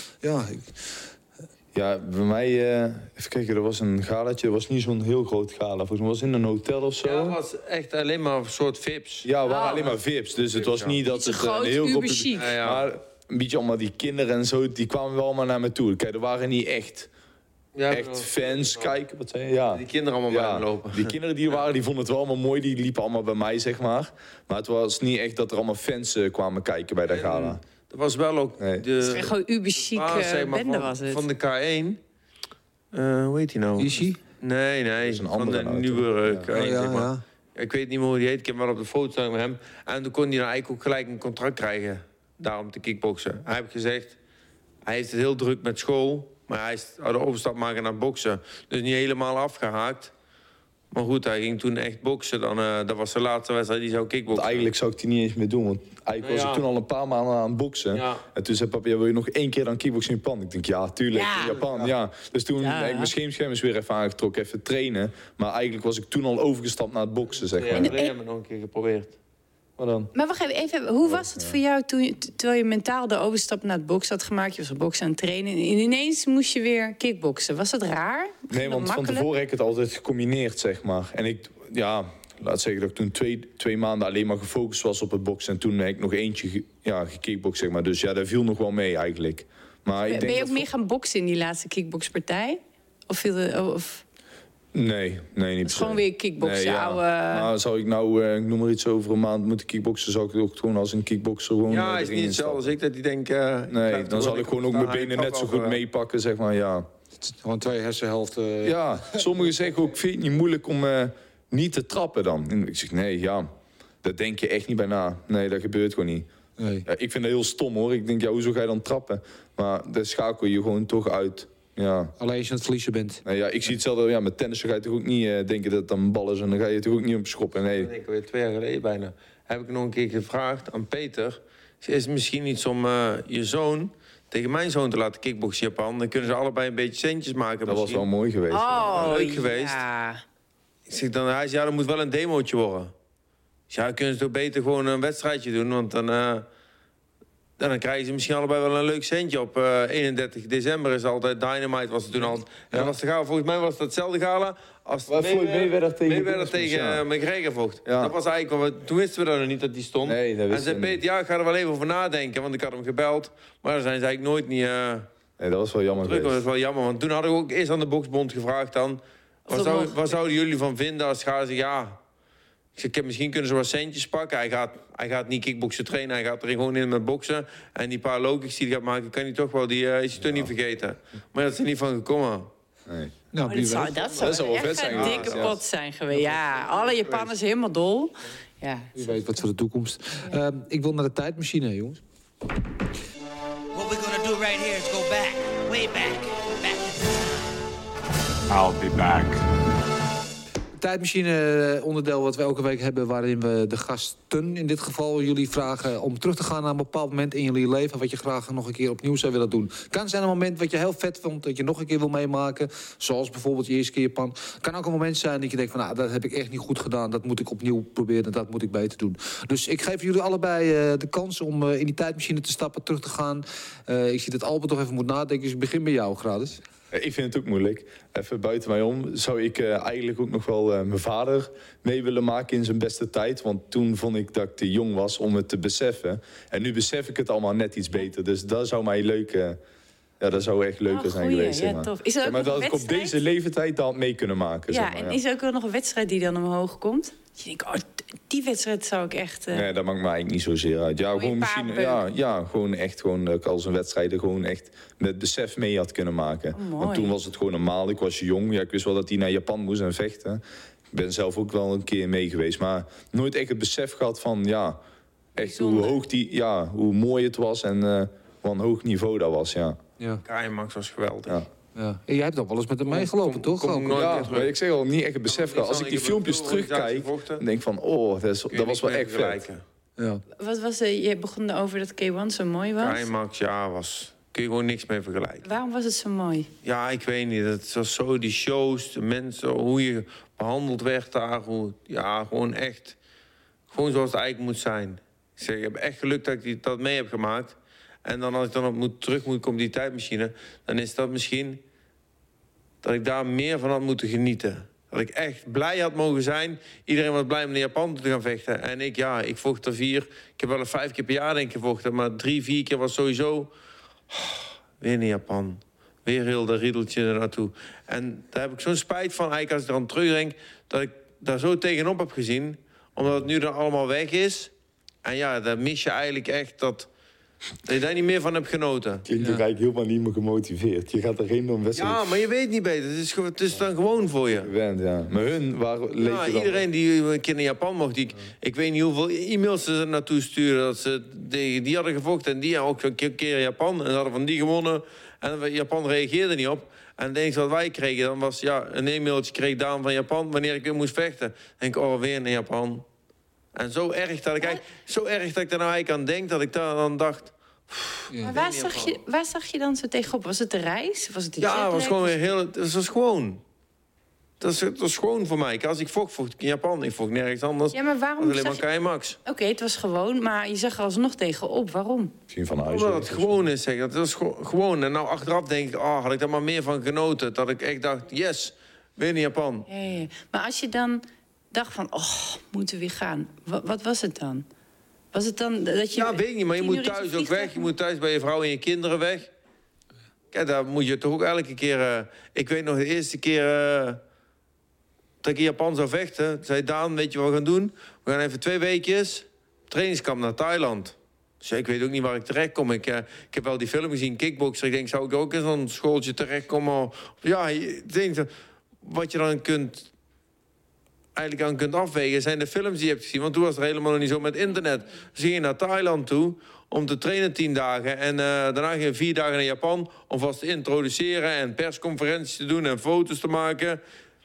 Ja, bij mij, even kijken, er was een galaatje. Dat was niet zo'n heel groot gala. Volgens mij was het in een hotel of zo. Ja, het was echt alleen maar een soort vips. Ja, we waren alleen maar vips. Dus het was niet dat het een heel groot... Maar een beetje allemaal die kinderen en zo, die kwamen wel allemaal naar me toe. Kijk, er waren niet echt fans. Kijk, wat zei je? Ja. Die kinderen allemaal bij me lopen. Die kinderen die vonden het wel allemaal mooi. Die liepen allemaal bij mij, zeg maar. Maar het was niet echt dat er allemaal fans kwamen kijken bij de gala. Dat was wel ook de... gewoon uber-chic bende was het. Van de K1. Hoe heet die nou? Ishi? Nee. Dat is een andere nieuwe K1, zeg maar. Ik weet niet meer hoe die heet. Ik heb maar op de foto staan met hem. En toen kon hij dan eigenlijk ook gelijk een contract krijgen. Daarom te kickboksen. Hij heeft gezegd... Hij heeft het heel druk met school. Maar hij is de overstap maken naar boksen. Dus niet helemaal afgehaakt. Maar goed, hij ging toen echt boksen. Dat was zijn laatste wedstrijd, die zou kickboksen. Eigenlijk zou ik die niet eens meer doen. Want eigenlijk was ik toen al een paar maanden aan het boksen. Ja. En toen zei papa, wil je nog 1 keer dan kickboksen in Japan? Ik denk, ja, tuurlijk, in Japan, ja. Dus toen heb ik mijn scheemschermers weer even aangetrokken, even trainen. Maar eigenlijk was ik toen al overgestapt naar het boksen, zeg maar. Ja, dat hebben we nog een keer geprobeerd. Maar dan? Maar wacht even, hoe was het voor jou terwijl je mentaal de overstap naar het boksen had gemaakt? Je was op boksen aan het trainen en ineens moest je weer kickboksen. Was dat raar? Nee, want van tevoren heb ik het altijd gecombineerd, zeg maar. En ik, laat zeggen dat ik toen twee maanden alleen maar gefocust was op het boksen. En toen heb ik nog eentje gekickbokst, zeg maar. Dus ja, dat viel nog wel mee eigenlijk. Maar ik denk ben je ook meer gaan boksen in die laatste kickbokspartij? Of viel Nee, niet. Het is gewoon weer kickboksen, nee, ouwe... Maar zou ik nou, ik noem maar iets, over een maand moeten kickboksen... zou ik het ook gewoon als een kickbokser gewoon... Ja, het is niet hetzelfde als ik, dat die denk... nee, dan zal ik gewoon ook mijn benen net zo goed meepakken, zeg maar, ja. Gewoon 2 hersenhelften. Ja, sommigen zeggen ook, vind je het niet moeilijk om niet te trappen dan? En ik zeg, nee, daar denk je echt niet bij na. Nee, dat gebeurt gewoon niet. Nee. Ja, ik vind dat heel stom, hoor. Ik denk, hoezo ga je dan trappen? Maar daar schakel je gewoon toch uit... Ja. Alleen als je aan het verliezen bent. Nou ja, ik zie hetzelfde. Met tennissen ga je toch ook niet denken dat het dan een bal is... en dan ga je toch ook niet op schoppen. Nee. Dat denk ik alweer 2 jaar geleden bijna. Heb ik nog een keer gevraagd aan Peter... is het misschien iets om je zoon tegen mijn zoon te laten kickboksen in Japan? Dan kunnen ze allebei een beetje centjes maken. Dat was wel mooi geweest. Leuk geweest. Ik zeg dan, hij zei, dat moet wel een demootje worden. Dus kunnen ze toch beter gewoon een wedstrijdje doen... want dan krijgen ze misschien allebei wel een leuk centje. Op 31 december is altijd Dynamite, was het toen al. En dan was de gala, volgens mij was het hetzelfde gala als Mayweather tegen McGregor vocht. Ja. Dat was eigenlijk, toen wisten we dat nog niet dat die stond. Nee, dat en zei Peter, ik ga er wel even over nadenken, want ik had hem gebeld. Maar daar zijn ze eigenlijk nooit niet... nee, dat was wel jammer. Dat was wel jammer, want toen hadden we ook eerst aan de boksbond gevraagd dan... Wat zouden jullie van vinden als gaan ze Ik zeg, misschien kunnen ze wat centjes pakken. Hij gaat niet kickboksen trainen. Hij gaat er gewoon in met boksen. En die paar low kicks die hij gaat maken, kan hij toch wel. Die is hij toch niet vergeten. Maar dat is er niet van gekomen. Nee. Dat zou echt een dikke pot zijn geweest. Ja, alle Japanners helemaal dol. Ja. Wie weet wat voor de toekomst. Ik wil naar de tijdmachine, jongens. What we're gonna do right here is go back. Way back. I'll be back. Tijdmachine, onderdeel wat we elke week hebben... waarin we de gasten, in dit geval jullie vragen... om terug te gaan naar een bepaald moment in jullie leven... wat je graag nog een keer opnieuw zou willen doen. Kan zijn een moment wat je heel vet vond... dat je nog een keer wil meemaken. Zoals bijvoorbeeld je eerste keer Japan. Kan ook een moment zijn dat je denkt van... dat heb ik echt niet goed gedaan, dat moet ik opnieuw proberen... dat moet ik beter doen. Dus ik geef jullie allebei de kans om in die tijdmachine te stappen... terug te gaan. Ik zie dat Albert toch even moet nadenken, dus ik begin bij jou, Gradus. Ik vind het ook moeilijk. Even buiten mij om zou ik eigenlijk ook nog wel mijn vader mee willen maken in zijn beste tijd. Want toen vond ik dat ik te jong was om het te beseffen. En nu besef ik het allemaal net iets beter. Dus dat zou mij leuk... dat zou echt leuker zijn geweest. Ja, tof. Is er ook maar dat ik op deze leeftijd dat mee kunnen maken. Ja, en is er ook wel nog een wedstrijd die dan omhoog komt? Dat je denkt, die wedstrijd zou ik echt... Nee, dat maakt me eigenlijk niet zozeer uit. Ja, gewoon misschien, gewoon echt dat ik als een wedstrijd gewoon echt met besef mee had kunnen maken. Want toen was het gewoon normaal. Ik was jong. Ja, ik wist wel dat hij naar Japan moest en vechten. Ik ben zelf ook wel een keer mee geweest. Maar nooit echt het besef gehad van, echt hoe hoog hoe mooi het was en wat een hoog niveau dat was, K-Max was geweldig. Ja. En jij hebt ook wel eens met hem meegelopen, toch? Maar ik zeg al, niet echt het besef gehad. Als ik die filmpjes terugkijk, dan denk ik van... dat was wel echt vet. Ja. Wat was je begon over dat K1 zo mooi was? K-Max, kun je gewoon niks mee vergelijken. Waarom was het zo mooi? Ja, ik weet niet. Het was zo, die shows, de mensen, hoe je behandeld werd daar. Gewoon echt... Gewoon zoals het eigenlijk moet zijn. Ik heb echt geluk dat ik dat mee heb gemaakt. En dan als ik dan terug moet komen op die tijdmachine... dan is dat misschien... dat ik daar meer van had moeten genieten. Dat ik echt blij had mogen zijn. Iedereen was blij om naar Japan te gaan vechten. En ik vocht er 4. Ik heb wel 5 keer per jaar denk ik gevochten. Maar 3-4 keer was sowieso... weer naar Japan. Weer heel dat riedeltje er naartoe. En daar heb ik zo'n spijt van. Eigenlijk als ik eraan terugdenk... dat ik daar zo tegenop heb gezien. Omdat het nu dan allemaal weg is. En dan mis je eigenlijk echt dat je daar niet meer van hebt genoten. Klinkt ook eigenlijk helemaal niet meer gemotiveerd. Je gaat erheen om wedstrijd. Ja, maar je weet niet beter. Het is dan gewoon voor je. Gewend, maar hun waren... iedereen die een keer naar Japan mocht... Ik weet niet hoeveel e-mails ze er naartoe sturen... dat ze die hadden gevochten en die ook een keer in Japan... en ze hadden van die gewonnen. En Japan reageerde niet op. En het enige wat wij kregen dan was... een e-mailtje kreeg Daan van Japan... wanneer ik weer moest vechten. Dan denk ik, weer naar Japan... En zo erg dat ik er nou eigenlijk aan denk... dat ik daar dan dacht... Maar waar zag je dan zo tegenop? Was het de reis? Was het het was gewoon weer heel... Het was gewoon... Dat is gewoon voor mij. Als ik vocht ik in Japan. Ik vocht nergens anders. Ja, maar waarom alleen maar Keimax. Oké, het was gewoon, maar je zag er alsnog tegenop. Waarom? Misschien van huis. Omdat het gewoon is, zeg. Dat was gewoon. En nou achteraf denk ik, had ik daar maar meer van genoten. Dat ik echt dacht, yes, weer in Japan. Ja. Maar als je dan dacht van, moeten we weer gaan. Wat was het dan? Was het dan dat je... Ja, weet ik niet, maar je moet thuis ook weg. Je moet thuis bij je vrouw en je kinderen weg. Kijk, daar moet je toch ook elke keer... ik weet nog de eerste keer dat ik in Japan zou vechten. Zei Daan, weet je wat we gaan doen? We gaan even 2 weekjes trainingskamp naar Thailand. Dus ik weet ook niet waar ik terecht kom. Ik heb wel die film gezien, Kickboxer. Ik denk, zou ik ook in zo'n schooltje terechtkomen? Ja, ik denk, wat je dan eigenlijk aan kunt afwegen... zijn de films die je hebt gezien. Want toen was het helemaal nog niet zo met internet. Dus ging je naar Thailand toe om te trainen 10 dagen. En daarna ging je 4 dagen naar Japan om vast te introduceren... en persconferenties te doen en foto's te maken.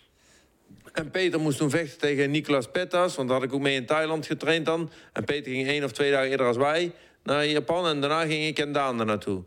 En Peter moest toen vechten tegen Nicolas Pettas... want daar had ik ook mee in Thailand getraind dan. En Peter ging 1 of 2 dagen eerder als wij naar Japan... en daarna ging ik en Daan er naartoe.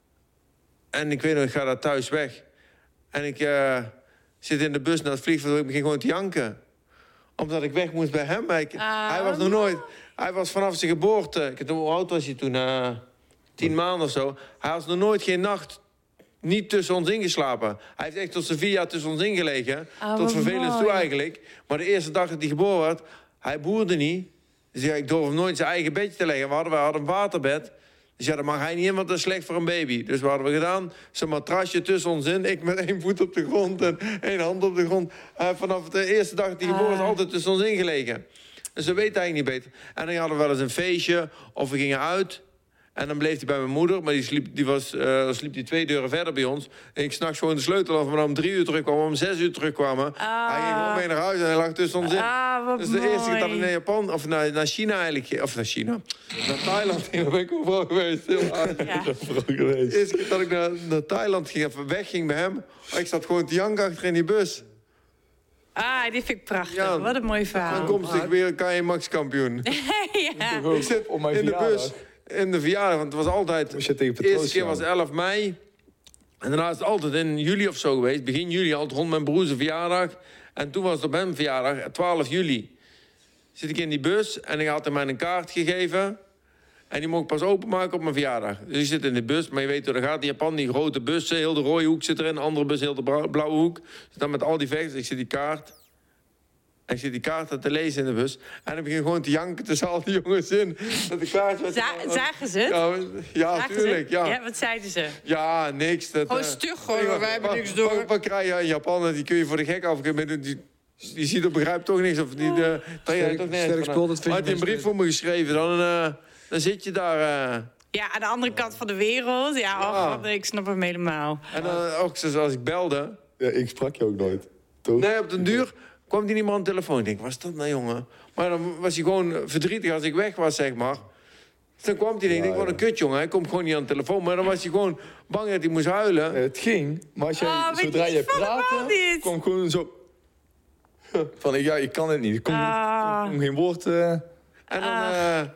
En ik weet nog, ik ga daar thuis weg. En ik zit in de bus naar het vliegveld... ik begin gewoon te janken. Omdat ik weg moest bij hem. Hij was nog nooit... Hij was vanaf zijn geboorte... Hoe oud was hij toen? 10 maanden of zo. Hij was nog nooit geen nacht niet tussen ons ingeslapen. Hij heeft echt tot zijn 4 jaar tussen ons ingelegen. Tot vervelend toe eigenlijk. Maar de eerste dag dat hij geboren werd... Hij boerde niet. Dus ik durf hem nooit in zijn eigen bedje te leggen. We hadden een waterbed. Dus ja, dat mag hij niet in, want dat is slecht voor een baby. Dus wat hadden we gedaan? Zijn matrasje tussen ons in. Ik met 1 voet op de grond en 1 hand op de grond. Vanaf de eerste dag dat hij geboren is, altijd tussen ons ingelegen. Dus we weten eigenlijk niet beter. En dan hadden we wel eens een feestje, of we gingen uit. En dan bleef hij bij mijn moeder, maar die sliep die 2 deuren verder bij ons. En ik 's nachts gewoon de sleutel af, maar dan om 3 uur terugkwamen, om 6 uur terugkwamen. Hij ging gewoon mee naar huis en hij lag tussen ons in. Dus de eerste keer dat ik naar Japan, of naar China eigenlijk, of naar China, naar Thailand ging, dan ben ik overal geweest. De eerste keer dat ik naar Thailand ging, even wegging bij hem, ik zat gewoon te janken achter in die bus. Die vind ik prachtig. Ja, wat een mooi verhaal. Dan komt ik weer Keimax kampioen. Ja. Ik zit in de bus. In de verjaardag, want het was altijd... De eerste keer was 11 mei. En daarna is het altijd in juli of zo geweest. Begin juli, altijd rond mijn broers verjaardag. En toen was het op mijn verjaardag, 12 juli. Zit ik in die bus en ik had hem een kaart gegeven. En die mocht ik pas openmaken op mijn verjaardag. Dus ik zit in de bus, maar je weet hoe dat gaat. In Japan, die grote bussen, heel de rode hoek zit erin. De andere bus, heel de blauwe hoek. Dus dan met al die vechters, ik zit die kaart... En ik zit die kaarten te lezen in de bus. En ik begin gewoon te janken tussen al die jongens in. Dat de kaartje zagen ze het? Ja, tuurlijk. Ja. Wat zeiden ze? Ja, niks. Gewoon stug gooien, wij hebben niks door. Wat krijg je in Japan? Die kun je voor de gek af. Die ziet of begrijpt toch niks. Of die, sterk spul, dat vind je. Had je een brief voor me geschreven, dan zit je daar... Ja, aan de andere kant van de wereld. Ja. Ik snap hem helemaal. En dan ook zoals ik belde... Ja, ik sprak je ook nooit. Toch? Nee, op den duur... kwam die niet meer aan de telefoon. Ik denk, wat is dat nou, jongen? Maar dan was hij gewoon verdrietig als ik weg was, zeg maar. Dus dan kwam hij en ik denk, wat een kut, jongen. Hij komt gewoon niet aan de telefoon. Maar dan was hij gewoon bang dat hij moest huilen. Het ging, maar als jij, zodra je praatte, kwam gewoon zo... Van, ik kan het niet. Ik kon geen woord... En dan...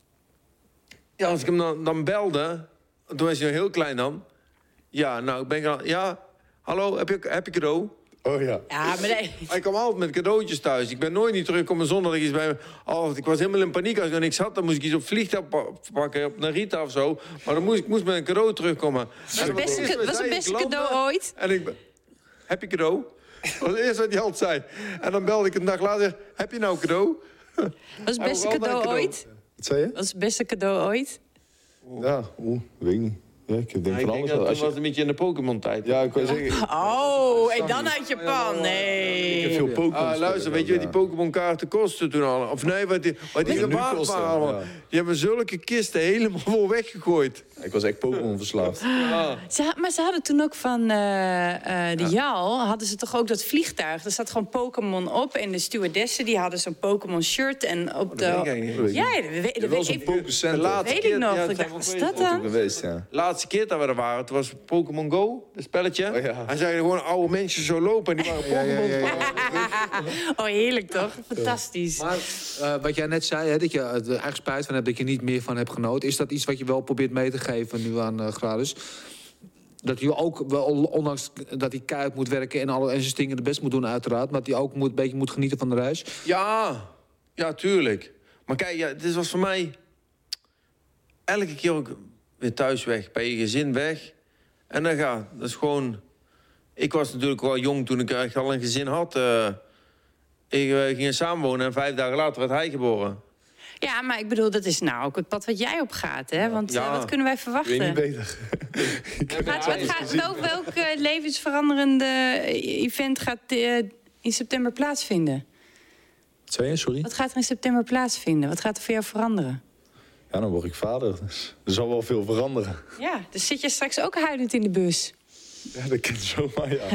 als ik hem dan belde... Toen was hij nog heel klein dan. Ja, nou, ik ben... Ja, hallo, heb je cadeau? Oh ja. Ja, maar nee. Hij kwam altijd met cadeautjes thuis. Ik ben nooit niet teruggekomen zonder dat iets bij me... ik was helemaal in paniek. Als ik niks had, dan moest ik iets op vliegtuig pakken. Op Narita of zo. Maar dan moest ik met een cadeau terugkomen. Was het beste cadeau ooit? En heb je cadeau? Dat was het eerste wat hij altijd zei. En dan belde ik een dag later. Heb je nou cadeau? Was het beste cadeau ooit? Wat zei je? Was het beste cadeau ooit? Ja, weet ik niet. Ja, ik denk van alles. Dat was een beetje in de Pokémon-tijd. Ja, ik wou zeggen... en dan uit Japan. Nee. Ik heb veel Pokémon. Luister, weet je wat die Pokémon-kaarten kostten toen al? Of nee, wat die gewaard waren allemaal. Ja. Die hebben zulke kisten helemaal vol weggegooid. Ik was echt Pokémon verslaafd. Maar ze hadden toen ook van de JAL... hadden ze toch ook dat vliegtuig. Er zat gewoon Pokémon op. En de stewardessen die hadden zo'n Pokémon-shirt. En op de... Dat weet ik niet. Ja, dat was een Pokécenter. Weet ik nog. Ik dacht, wat is dat dan? Geweest, ja. Laatste keer dat we er waren, toen was Pokémon Go, het spelletje. Oh, ja. En zagen gewoon oude mensen zo lopen en die waren Pokémon. Oh, heerlijk toch? Fantastisch. Maar wat jij net zei, hè, dat je er eigenlijk spijt van hebt dat je niet meer van hebt genoten. Is dat iets wat je wel probeert mee te geven nu aan Gradus? Dat hij ook, ondanks dat hij keihard moet werken en zijn dingen de best moet doen uiteraard... maar dat hij ook een beetje moet genieten van de reis? Ja, tuurlijk. Maar kijk, dit was voor mij... elke keer ook weer thuis weg, bij je gezin weg. En dan dat is gewoon... Ik was natuurlijk wel jong toen ik echt al een gezin had. Ik ging samenwonen en 5 dagen later werd hij geboren. Ja, maar ik bedoel, dat is nou ook het pad wat jij op gaat, hè? Want wat kunnen wij verwachten? Ik weet niet beter. Welk levensveranderende event gaat in september plaatsvinden? Wat zei je, sorry? Wat gaat er in september plaatsvinden? Wat gaat er voor jou veranderen? Ja, dan word ik vader. Dus er zal wel veel veranderen. Ja, dus zit je straks ook huilend in de bus? Ja, dat kan zomaar, ja.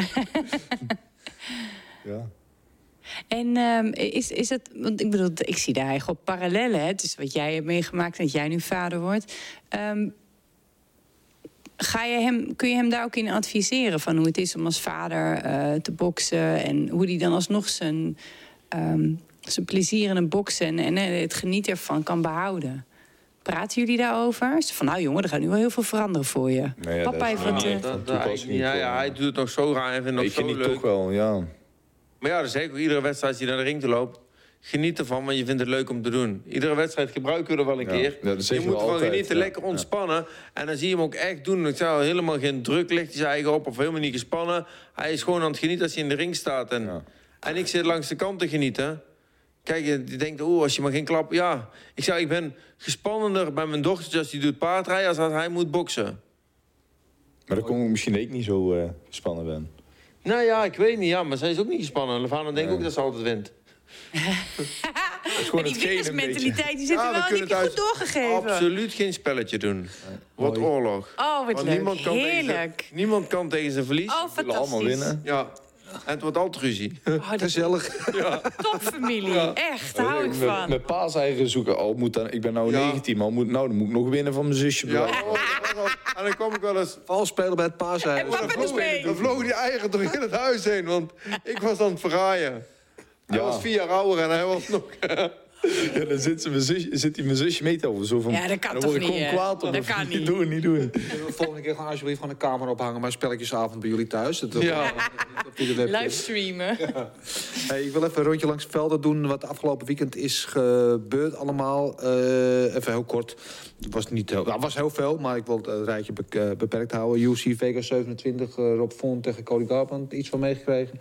Ja. En is het... Want ik bedoel, ik zie daar eigenlijk op parallellen. Hè? Het is wat jij hebt meegemaakt en dat jij nu vader wordt. Kun je hem daar ook in adviseren... van hoe het is om als vader te boksen... en hoe hij dan alsnog zijn plezier in het boksen... en het genieten ervan kan behouden? Praten jullie daarover? Van nou jongen, er gaat nu wel heel veel veranderen voor je. Nee, ja, papa heeft hij doet het nog zo raar en vindt het nog zo leuk. Toch wel, ja. Maar ja, dat is ook iedere wedstrijd die naar de ring te loopt. Geniet ervan, want je vindt het leuk om te doen. Iedere wedstrijd gebruiken we er wel een keer. Ja, je moet ervan genieten, lekker ontspannen. En dan zie je hem ook echt doen. Ik zou helemaal geen druk legt hij zijn eigen op of helemaal niet gespannen. Hij is gewoon aan het genieten als hij in de ring staat. En ik zit langs de kant te genieten. Kijk, je denkt, als je maar geen klap... Ja, ik ben gespannender bij mijn dochter als die doet paardrijden... als hij moet boksen. Maar dan kom ik misschien ik niet zo gespannen ben. Nou ja, ik weet niet. Ja, maar zij is ook niet gespannen. Levana denkt ook dat ze altijd wint. En die winnersmentaliteit, die zit er wel niet goed doorgegeven. Absoluut geen spelletje doen. Wat oorlog. Oh, wat leuk. Heerlijk. Niemand kan tegen zijn verlies. Oh, fantastisch. Willen allemaal winnen. Ja. En het wordt altijd ruzie. Gezellig. Ja. Topfamilie. Ja. Echt, daar hou ik van. Met paaseieren zoeken. Ik ben nou 19, maar dan moet ik nog winnen van mijn zusje. Ja. En dan kwam ik wel eens... Vals spelen bij het paaseieren. Dan vlogen die eieren door heel het huis heen. Want ik was aan het verraaien. Hij was 4 jaar ouder en hij was nog... Ja, dan zit hij mijn zusje mee te over. Zo van, ja, dat kan dan toch word ik niet, gewoon kwaad op. Dat kan niet doen, niet doen. De volgende keer gaan alsjeblieft van de kamer ophangen... maar spelletjesavond bij jullie thuis. Ja. Livestreamen. Ja. Hey, ik wil even een rondje langs velden doen... wat de afgelopen weekend is gebeurd allemaal. Even heel kort. Het was heel veel, maar ik wil het rijtje beperkt houden. UFC Vegas 27, Rob Font tegen Cody Garbrandt. Iets van meegekregen.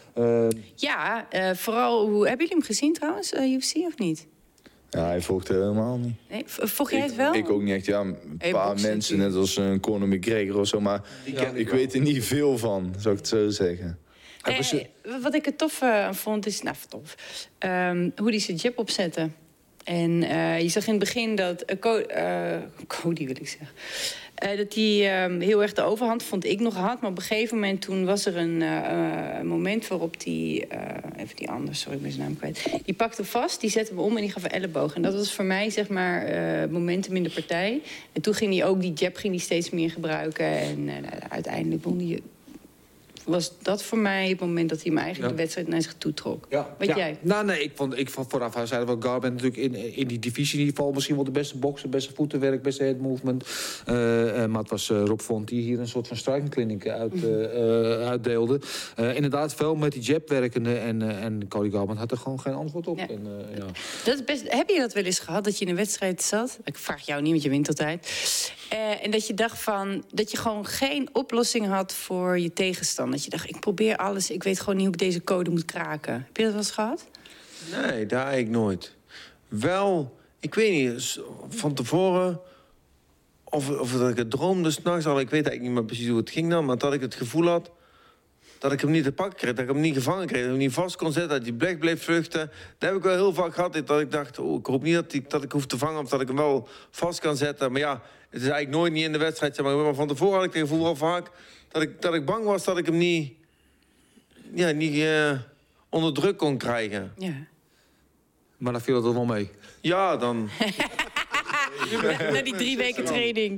Vooral... Hebben jullie hem gezien trouwens, UFC, of niet? Ja, hij volgt het helemaal niet. Nee, volg jij het wel? Ik ook niet echt. Ja, een paar mensen, net als Conor McGregor of zo. Maar ik weet er niet veel van, zou ik het zo zeggen. Wat ik het tof vond, is... Nou, tof. Hoe die zijn jab opzette. En je zag in het begin dat... Cody wil ik zeggen. Dat hij heel erg de overhand, vond ik, nog had. Maar op een gegeven moment toen was er een moment waarop die... even die anders, sorry, ik ben zijn naam kwijt. Die pakte hem vast, die zette hem om en die gaf een elleboog. En dat was voor mij, zeg maar, momentum in de partij. En toen ging hij ook die jab steeds meer gebruiken. En uiteindelijk won hij... Was dat voor mij het moment dat hij hem eigenlijk de wedstrijd naar zich toe trok? Ja. Weet jij? Nou, nee, ik vond vooraf, hij zei wel, Garbrandt natuurlijk in die divisieniveau misschien wel de beste bokser, beste voetenwerk, beste head movement. Maar het was Rob Font die hier een soort van striking clinic uitdeelde. Inderdaad, veel met die jab werkende en Cody Garbrandt had er gewoon geen antwoord op. Ja. Dat is best, heb je dat wel eens gehad, dat je in een wedstrijd zat? Ik vraag jou niet, want je wint altijd. En dat je dacht dat je gewoon geen oplossing had voor je tegenstander. Dat je dacht, ik probeer alles, ik weet gewoon niet hoe ik deze code moet kraken. Heb je dat wel eens gehad? Nee, daar eigenlijk nooit. Wel, ik weet niet, van tevoren... Of dat ik het droomde s'nachts al, ik weet eigenlijk niet meer precies hoe het ging dan... maar dat ik het gevoel had dat ik hem niet te pakken kreeg, dat ik hem niet gevangen kreeg... dat ik hem niet vast kon zetten, dat hij weg bleef vluchten. Dat heb ik wel heel vaak gehad, dat ik dacht... ik hoop niet dat ik hoef te vangen of dat ik hem wel vast kan zetten. Maar ja, het is eigenlijk nooit niet in de wedstrijd. Zeg maar van tevoren had ik het gevoel wel vaak... Dat ik bang was dat ik hem niet onder druk kon krijgen. Ja. Maar dan viel het er wel mee. Ja, dan... Na die 3 weken training.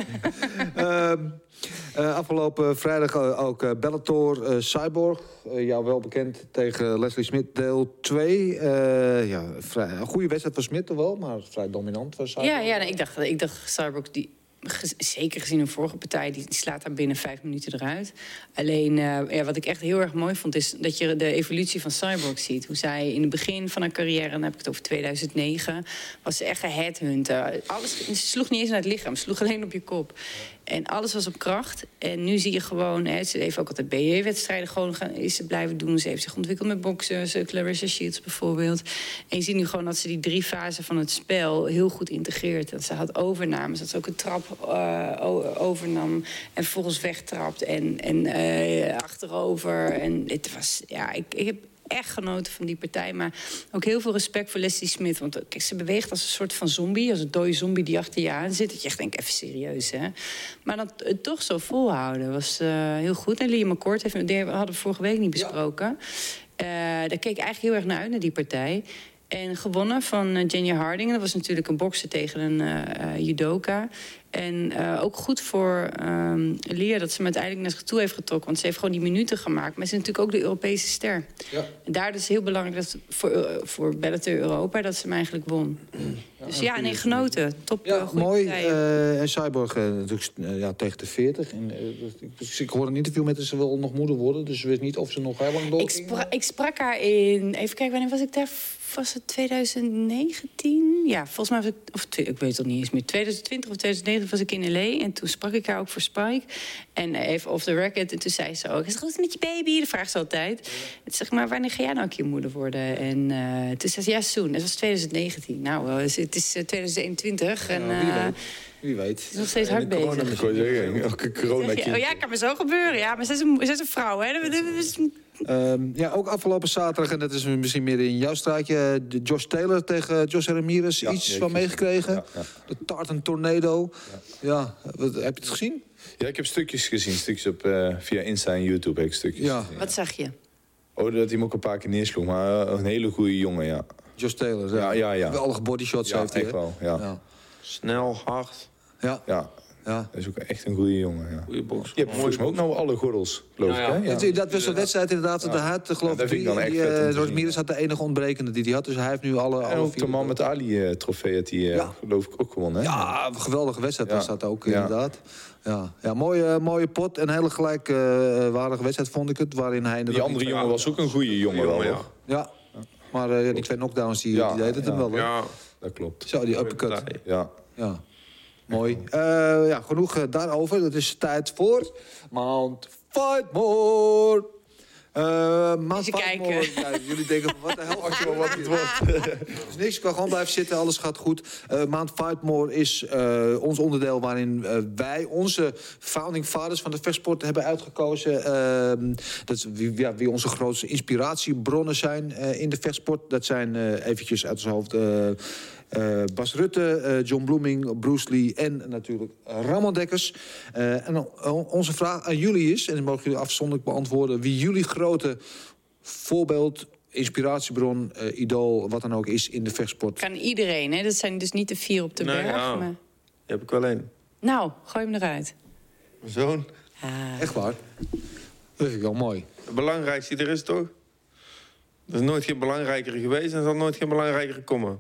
Afgelopen vrijdag ook Bellator Cyborg. Jou wel bekend tegen Leslie Smith, deel 2. Een goede wedstrijd van Smith toch wel, maar vrij dominant was Cyborg. Ja, ik dacht Cyborg zeker gezien een vorige partij, die slaat daar binnen 5 minuten eruit. Alleen, wat ik echt heel erg mooi vond, is dat je de evolutie van Cyborg ziet. Hoe zij in het begin van haar carrière, dan heb ik het over 2009... was ze echt geheadhunten. Ze sloeg niet eens naar het lichaam, ze sloeg alleen op je kop. En alles was op kracht. En nu zie je gewoon... ze heeft ook altijd BJ-wedstrijden gewoon is ze blijven doen. Ze heeft zich ontwikkeld met boksen. Clarissa Shields bijvoorbeeld. En je ziet nu gewoon dat ze die 3 fasen van het spel heel goed integreert. Dat ze had overnames, dat ze ook een trap overnam... en vervolgens wegtrapt en achterover. En het was... Ja, ik heb echt genoten van die partij. Maar ook heel veel respect voor Leslie Smith. Want kijk, ze beweegt als een soort van zombie. Als een dode zombie die achter je aan zit. Dat je echt denkt, even serieus, hè. Maar dat het toch zo volhouden was heel goed. En Liam McCourt, die hadden we vorige week niet besproken. Daar keek ik eigenlijk heel erg naar uit, naar die partij. En gewonnen van Jenya Harding. Dat was natuurlijk een bokser tegen een judoka. En ook goed voor Lia dat ze hem uiteindelijk naar zich toe heeft getrokken. Want ze heeft gewoon die minuten gemaakt. Maar ze is natuurlijk ook de Europese ster. Ja. En daar is het heel belangrijk dat voor Bellator Europa dat ze hem eigenlijk won. Ja, dus genoten. Top. Ja, mooi. En Cyborg natuurlijk tegen de 40. En, ik hoorde een interview met haar, ze wil nog moeder worden. Dus ze wist niet of ze nog heel lang door. Ik sprak haar in... Even kijken, wanneer was ik daar? Was het 2019? Ja, volgens mij was ik... ik weet het al niet eens meer. 2020 of 2019 was ik in L.A. En toen sprak ik haar ook voor Spike. En even off the record. En toen zei ze ook... Is het goed met je baby? Dat vraagt ze altijd. Ja. En zeg maar, wanneer ga jij nou een keer moeder worden? En toen zei ze, ja, soon. Dat was 2019. Nou, het is 2021. Ja, en... Wie weet. Het is nog steeds hard bezig. Ja, kan me zo gebeuren. Ja, maar ze is een vrouw, hè. Ook afgelopen zaterdag, en dat is misschien meer in jouw straatje... Josh Taylor tegen José Ramirez, iets van meegekregen. Ja. De Tartan Tornado. Ja. Heb je het gezien? Ja, ik heb stukjes gezien. Stukjes op, via Insta en YouTube heb ik stukjes gezien. Wat zag je? Dat hij hem ook een paar keer neersloeg, maar een hele goede jongen, ja. Josh Taylor, ja. Geweldige bodyshots heeft hij. Echt wel, ja. Snel, hard. Ja. Dat is ook echt een goede jongen, ja. Goeie box. Je hebt volgens mij ook nou alle gordels, geloof ik, hè? Ja. Dat was een wedstrijd inderdaad. De had, geloof ik, Ramirez had de enige ontbrekende die hij had. Dus hij heeft nu alle en ook de man met Ali-trofee had hij, geloof ik, ook gewonnen, hè? Ja, een geweldige wedstrijd was dat ook, inderdaad. Ja, mooie pot. En een hele gelijkwaardige wedstrijd vond ik het. Waarin hij die andere jongen was ook een goede jongen wel, hoor. Ja, maar die 2 knockdowns, die deden het hem wel, hè? Ja, dat klopt. Zo, die uppercut. Ja. Mooi. Genoeg daarover. Het is tijd voor Mount Fightmore. Mount Fightmore. Ja, jullie denken, wat de hel wat het wordt. Dus niks, ik kan gewoon blijven zitten, alles gaat goed. Mount Fightmore is ons onderdeel waarin wij onze founding fathers van de vechtsport hebben uitgekozen. Dat is wie onze grootste inspiratiebronnen zijn in de vechtsport. Dat zijn eventjes uit ons hoofd... Bas Rutte, John Bloeming, Bruce Lee en natuurlijk Ramon Dekkers. En onze vraag aan jullie is, en dat mogen jullie afzonderlijk beantwoorden... wie jullie grote voorbeeld, inspiratiebron, idool, wat dan ook is in de vechtsport. Kan iedereen, hè? Dat zijn dus niet de 4 op de berg. Ja. Maar... Die heb ik wel één. Nou, gooi hem eruit. Mijn zoon. Echt waar? Dat vind ik wel mooi. Het belangrijkste er is, toch? Er is nooit geen belangrijker geweest en zal nooit geen belangrijker komen.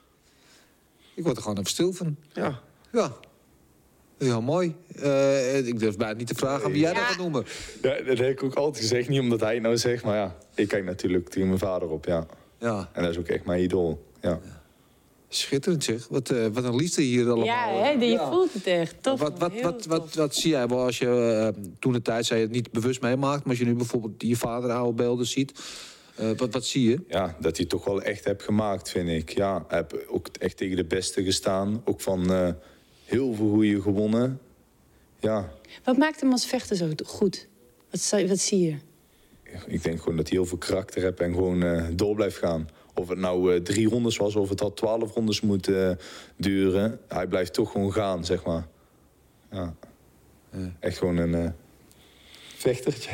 Ik word er gewoon even stil van. Ja. Dat is heel mooi. Ik durf bijna niet te vragen wie jij dat gaat noemen. Ja, dat heb ik ook altijd gezegd. Niet omdat hij het nou zegt, maar ja. Ik kijk natuurlijk tegen mijn vader op, ja. En dat is ook echt mijn idool, ja. Schitterend zeg. Wat een liefde hier allemaal. Ja, je voelt het echt. Tof. Wat zie jij wel als je toen de tijd zei je het niet bewust meemaakt... maar als je nu bijvoorbeeld je vader oude beelden ziet... Wat zie je? Ja, dat hij toch wel echt hebt gemaakt, vind ik. Ja, hij heeft ook echt tegen de beste gestaan. Ook van heel veel goeie gewonnen. Ja. Wat maakt hem als vechter zo goed? Wat zie je? Ik denk gewoon dat hij heel veel karakter heeft en gewoon door blijft gaan. Of het nou 3 rondes was of het had 12 rondes moeten duren. Hij blijft toch gewoon gaan, zeg maar. Ja. Echt gewoon een vechtertje.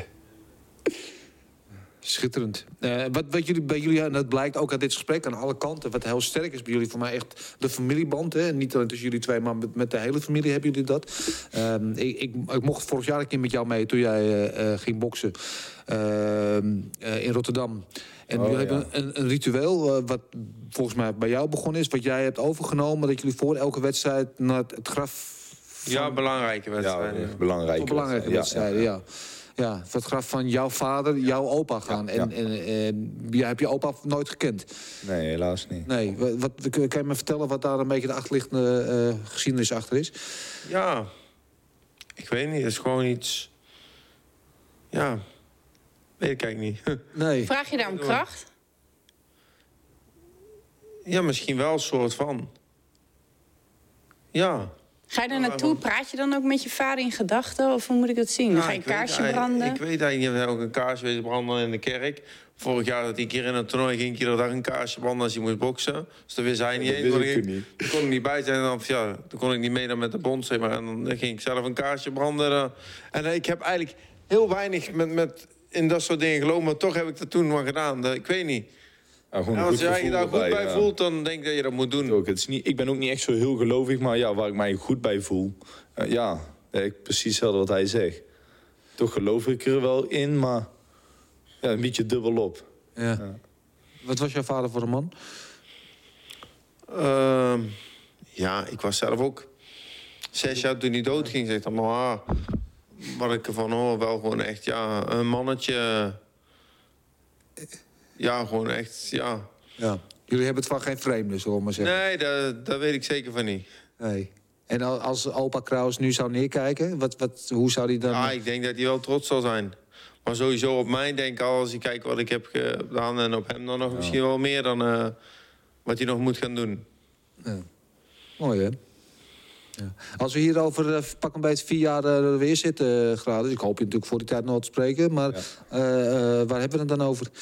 Schitterend. Wat jullie bij jullie, en dat blijkt ook uit dit gesprek aan alle kanten... wat heel sterk is bij jullie, voor mij echt de familieband. Hè? Niet alleen tussen jullie 2, maar met de hele familie hebben jullie dat. Ik mocht vorig jaar een keer met jou mee toen jij ging boksen in Rotterdam. En jullie hebben een ritueel wat volgens mij bij jou begonnen is... wat jij hebt overgenomen, dat jullie voor elke wedstrijd naar het graf Ja, belangrijke wedstrijden. Ja, belangrijke wedstrijden, ja. Ja, voor het graf van jouw vader, jouw opa gaan. Ja, ja. En jij hebt je opa nooit gekend? Nee, helaas niet. Nee, kan je me vertellen wat daar een beetje de achterliggende geschiedenis achter is? Ja, ik weet niet. Het is gewoon iets... Ja, weet ik eigenlijk niet. Nee. Vraag je daar om kracht? Ja, misschien wel een soort van. Ja. Ga je daar naartoe? Praat je dan ook met je vader in gedachten? Of hoe moet ik dat zien? Dan ga je een kaarsje branden? Ik weet eigenlijk niet. We hebben ook een kaarsje wezen branden in de kerk. Vorig jaar dat hij een keer in een toernooi ging... iedere dag een kaarsje branden als hij moest boksen. Dus dat wist hij niet eens. Toen kon ik niet bij zijn. Dan, toen kon ik niet mee dan met de bond, zeg maar. En dan ging ik zelf een kaarsje branden. En ik heb eigenlijk heel weinig met in dat soort dingen geloofd. Maar toch heb ik dat toen maar gedaan. Ik weet niet. Ja, als je daar goed bij voelt, dan denk ik dat je dat moet doen. Ook, het is niet, ik ben ook niet echt zo heel gelovig, maar ja, waar ik mij goed bij voel... precies hetzelfde wat hij zegt. Toch geloof ik er wel in, maar ja, een beetje dubbel op. Ja. Wat was jouw vader voor een man? Ja, ik was zelf ook 6 jaar toen hij dood ging. Zeg dan maar, wat ik ervan hoor, wel gewoon echt een mannetje... Ja, gewoon echt, ja. Jullie hebben het van geen vreemde, zullen we maar zeggen. Nee, dat weet ik zeker van niet. Nee. En als opa Kraus nu zou neerkijken, hoe zou hij dan... Ja, ik denk dat hij wel trots zal zijn. Maar sowieso op mij denk ik al, als ik kijk wat ik heb gedaan... en op hem dan nog misschien wel meer dan wat hij nog moet gaan doen. Ja. Mooi, hè? Ja. Als we hier over pak een beetje 4 jaar weer zitten, Grades... ik hoop je natuurlijk voor die tijd nog te spreken... maar waar hebben we het dan over?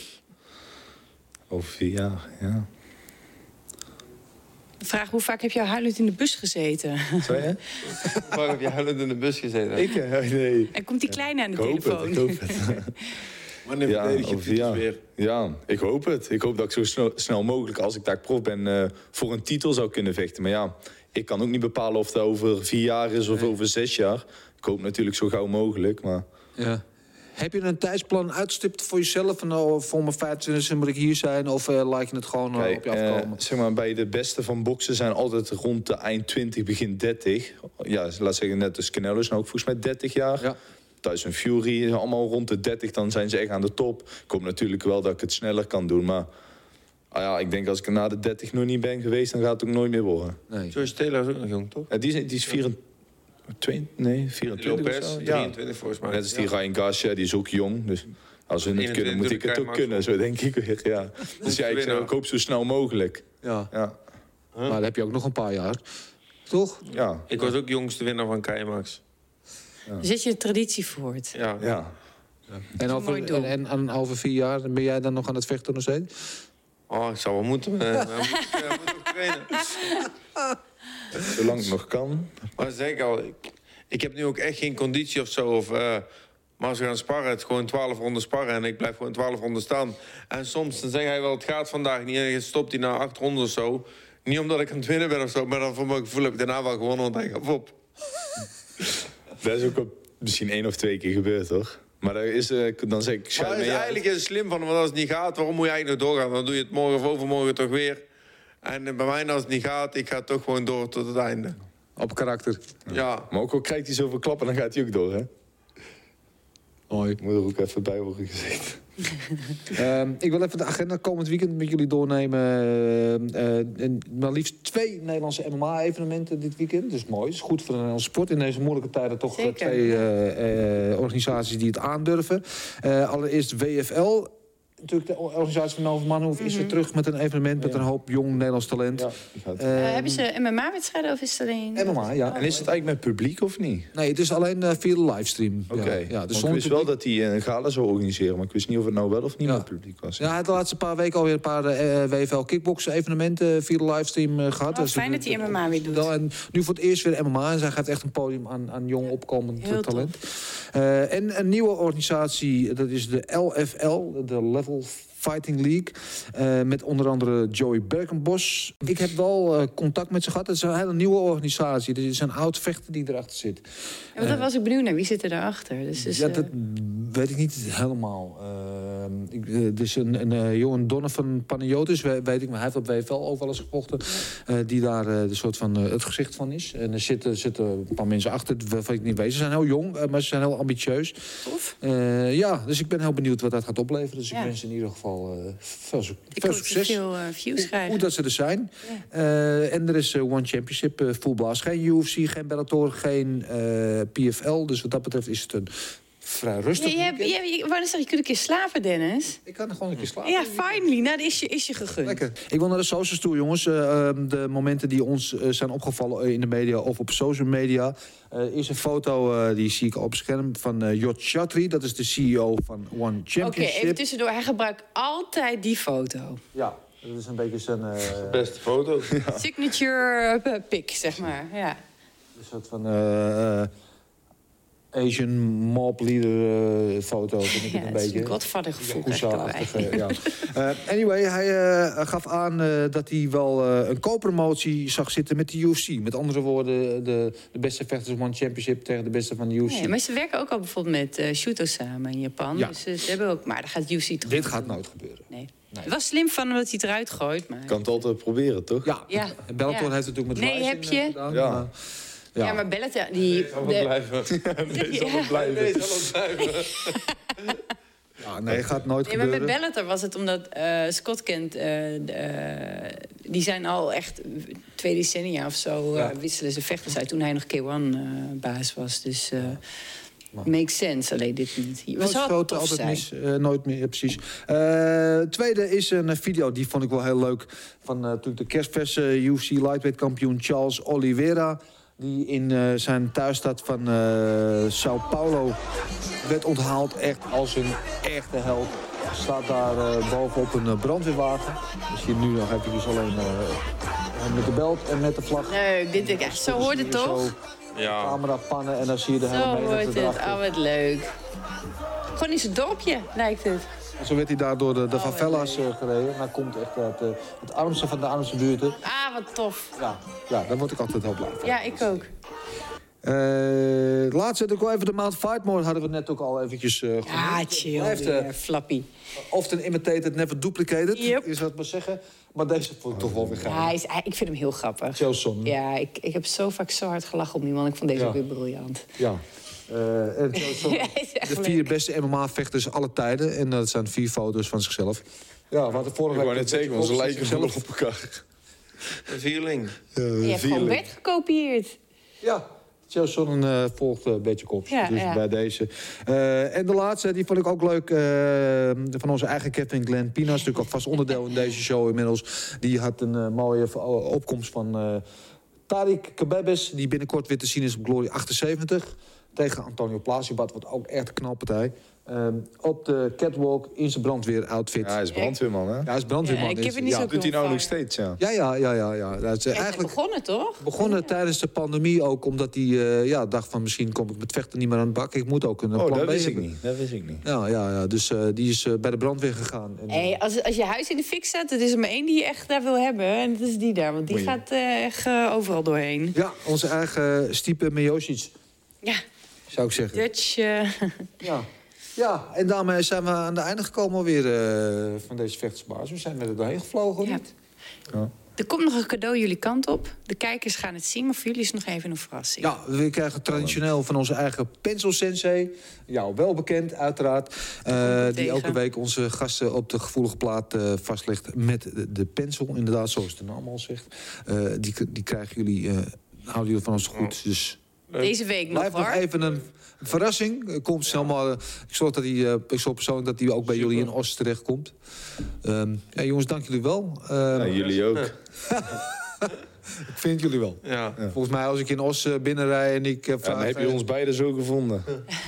Over 4 jaar, ja. Vraag, hoe vaak heb je huilend in de bus gezeten? Sorry, hè? Hoe vaak heb je huilend in de bus gezeten? Ik? Nee. En komt die kleine aan de telefoon? Ik hoop het. Wanneer verdedig je het weer? Ja, ik hoop het. Ik hoop dat ik zo snel mogelijk, als ik daar prof ben... voor een titel zou kunnen vechten. Maar ja, ik kan ook niet bepalen of dat over 4 jaar is of over 6 jaar. Ik hoop natuurlijk zo gauw mogelijk, maar... Ja. Heb je een tijdsplan uitgestipt voor jezelf? Van, voor mijn 25 moet ik hier zijn? Of laat je het gewoon op je afkomen? Zeg maar, bij de beste van boksen zijn altijd rond de eind 20, begin 30. Ja, laat zeggen, net als Canelo is nou ook volgens mij 30 jaar. Ja. Tyson Fury is allemaal rond de 30, dan zijn ze echt aan de top. Ik hoop natuurlijk wel dat ik het sneller kan doen, maar... ik denk als ik na de 30 nog niet ben geweest, dan gaat het ook nooit meer worden. Nee. George Taylor is ook nog jong, toch? Ja, die is 24. 24 Lopez, 23 volgens mij. Net als die Ryan Garcia, die is ook jong. Dus als we het kunnen, moet ik het ook kunnen. Zo denk ik weer, ja. Dus ja, ik hoop zo snel mogelijk. Ja. Maar dan heb je ook nog een paar jaar. Toch? Ja. Ik was ook jongste winnaar van Keimax. Ja. Zet je de traditie voort. Ja. En over 4 jaar ben jij dan nog aan het vechten nog steeds? Ik zou wel moeten. We moeten ook trainen. Zolang het nog kan. Maar zeg ik al, ik heb nu ook echt geen conditie of zo. Maar als we gaan sparren, het is gewoon 12 ronden sparren... en ik blijf gewoon 12 ronden staan. En soms dan zeg hij wel, het gaat vandaag niet... en je stopt hij na 8 ronden of zo. Niet omdat ik aan het winnen ben of zo... maar dan voor mijn gevoel heb ik daarna wel gewonnen, want hij gaat op. Dat is ook misschien 1 of 2 keer gebeurd, toch? Maar dan zeg ik... Maar het is eigenlijk slim van, want als het niet gaat... waarom moet je eigenlijk nog doorgaan? Dan doe je het morgen of overmorgen toch weer... En bij mij, als het niet gaat, ik ga toch gewoon door tot het einde. Op karakter. Ja. Maar ook al krijgt hij zoveel klappen, dan gaat hij ook door, hè? Mooi. Moet er ook even bij worden gezegd. Ik wil even de agenda komend weekend met jullie doornemen. Maar liefst 2 Nederlandse MMA-evenementen dit weekend. Dus mooi. Het is goed voor de Nederlandse sport. In deze moeilijke tijden toch zeker. 2 organisaties die het aandurven. Allereerst WFL. Natuurlijk de organisatie van Nova Manhoef is weer terug met een evenement... met een hoop jong Nederlands talent. Ja, hebben ze MMA-wedstrijden of is het alleen... MMA, ja. En is het eigenlijk met publiek of niet? Nee, het is alleen via de livestream. Oké. Ja, dus ik wist wel dat hij een gala zou organiseren... maar ik wist niet of het nou wel of niet met publiek was. Ja, hij had de laatste paar weken alweer een paar WFL kickboksen evenementen... via de livestream gehad. Dus fijn dat hij MMA weer doet. En nu voor het eerst weer MMA. En zij gaat echt een podium aan jong opkomend talent. En een nieuwe organisatie, dat is de LFL, de Level Fighting League. Met onder andere Joey Berkenbos. Ik heb wel contact met ze gehad. Het is een hele nieuwe organisatie. Er is een oud vechter die erachter zit. Ja, dat was ik benieuwd naar. Wie zit er daarachter? Dus, ja, dat weet ik niet helemaal. Dus een jongen Donovan Panayotis, weet ik, maar hij heeft op WFL ook wel eens gevochten. Die daar de soort van het gezicht van is. En er zitten een paar mensen achter, waarvan ik niet weet. Ze zijn heel jong, maar ze zijn heel ambitieus. Tof. Dus ik ben heel benieuwd wat dat gaat opleveren. Dus ik wens in ieder geval veel succes. Veel views krijgen. Hoe dat ze er zijn. Ja. En er is One Championship, full blast. Geen UFC, geen Bellator, geen PFL. Dus wat dat betreft is het een vrij rustig je kunt een keer slapen, Dennis. Ik kan er gewoon een keer slapen. Ja, finally. Nou, dat is je gegund. Lekker. Ik wil naar de socials toe, jongens. De momenten die ons zijn opgevallen in de media of op social media. Is een foto, die zie ik op het scherm, van Jot Chatri. Dat is de CEO van One Championship. Oké, even tussendoor. Hij gebruikt altijd die foto. Ja, dat is een beetje zijn... beste foto. Ja. Signature pic, zeg maar. Ja. Een soort van... Asian mob leader foto, vind ik het een beetje. Een Godfather-gevoel. Anyway, hij gaf aan dat hij wel een co-promotie zag zitten met de UFC. Met andere woorden, de beste vechters One Championship tegen de beste van de UFC. Nee, maar ze werken ook al bijvoorbeeld met Shuto samen in Japan. Ja. Dus ze hebben ook, maar dat gaat UFC toch. Dit gaat nooit gebeuren. Nee. Het was slim van hem dat hij het eruit gooit. Maar... Kan het altijd proberen, toch? Ja. Bellator heeft het natuurlijk met Rising heb je gedaan. Ja. Ja, maar Bellator... Nee, zal het blijven. Nee, zal het blijven. Ja, nee, gaat nooit gebeuren. Maar met Bellator was het omdat Scott Kent... die zijn al echt 2 decennia of zo... wisselen ze vechters uit toen hij nog K1-baas was. Dus... makes sense, alleen dit niet. We schoten altijd mis, nooit meer, precies. Tweede is een video, die vond ik wel heel leuk... van natuurlijk de kerstverse UFC lightweight kampioen Charles Oliveira... die in zijn thuisstad van Sao Paulo werd onthaald echt als een echte held. Staat daar bovenop een brandweerwagen. Dus hier nu nog eventjes alleen met de belt en met de vlag. Nee, dit is echt, zo hoort het toch? Ja. Camera pannen en dan zie je de hele Zo hoort het, erachter. wat leuk. Gewoon in zijn dorpje, lijkt het. En zo werd hij daar door de favela's gereden. En hij komt echt uit het armste van de armste buurten. Ah, wat tof. Ja, daar word ik altijd heel blij van. Ja, ik ook. Laatst ook wel even de Mount Fightmore hadden we net ook al eventjes genoemd. Ja, chill, flappy. Often imitated, never duplicated, is wat maar zeggen. Maar deze vond ik toch wel weer gaaf. Ja, ik vind hem heel grappig. Johnson. Ja, ik heb zo vaak zo hard gelachen op die man. Ik vond deze ook weer briljant. Ja. En de 4 beste MMA-vechters aller tijden. En dat zijn 4 foto's van zichzelf. Ja, wat de vorige week... Ik wou net zeggen, want ze lijken zelf op elkaar. Een vierling. Je hebt gewoon Bert gekopieerd. Ja. Johnson volgt een beetje kop. Ja, dus bij deze. En de laatste, die vond ik ook leuk. Van onze eigen Kevin Glenn Pina. Is natuurlijk ook vast onderdeel in deze show inmiddels. Die had een mooie opkomst van Tariq Khbabez. Die binnenkort weer te zien is op Glory 78. Tegen Antonio Plasibat. Wat ook echt een knalpartij. Op de catwalk in zijn brandweeroutfit. Ja, hij is brandweerman, hè? Ja, hij is brandweerman. Ja, doet hij nou nog steeds, ja. Ja. Dat is eigenlijk begonnen, toch? Begonnen tijdens de pandemie ook, omdat hij dacht van misschien kom ik met vechten niet meer aan het bak. Ik moet ook een plan dat B wist hebben. ik niet. Dat wist ik niet. Ja. Dus die is bij de brandweer gegaan. En, hey, als je huis in de fik staat, het is er maar één die je echt daar wil hebben. En dat is die daar, want die gaat echt overal doorheen. Ja, onze eigen Stipe Miocic. Ja. Zou ik zeggen. Dutch. Ja, en daarmee zijn we aan het einde gekomen alweer van deze vechtersbaas. We zijn er doorheen gevlogen. Ja. Er komt nog een cadeau jullie kant op. De kijkers gaan het zien, maar voor jullie is het nog even een verrassing. Ja, we krijgen traditioneel van onze eigen Pencil Sensei. Jou wel bekend, uiteraard. Die elke week onze gasten op de gevoelige plaat vastlegt met de pencil. Inderdaad, zoals de naam al zegt. Die krijgen jullie, houden jullie van ons goed. Dus deze week nog, hoor. Nog even een verrassing. Komt snel maar. Ik zorg persoonlijk dat die ook bij jullie in Os terechtkomt. Jongens, dank jullie wel. Jullie ook. Ik vind jullie wel. Ja. Volgens mij als ik in Os binnenrij en ik... dan heb je ons beiden zo gevonden.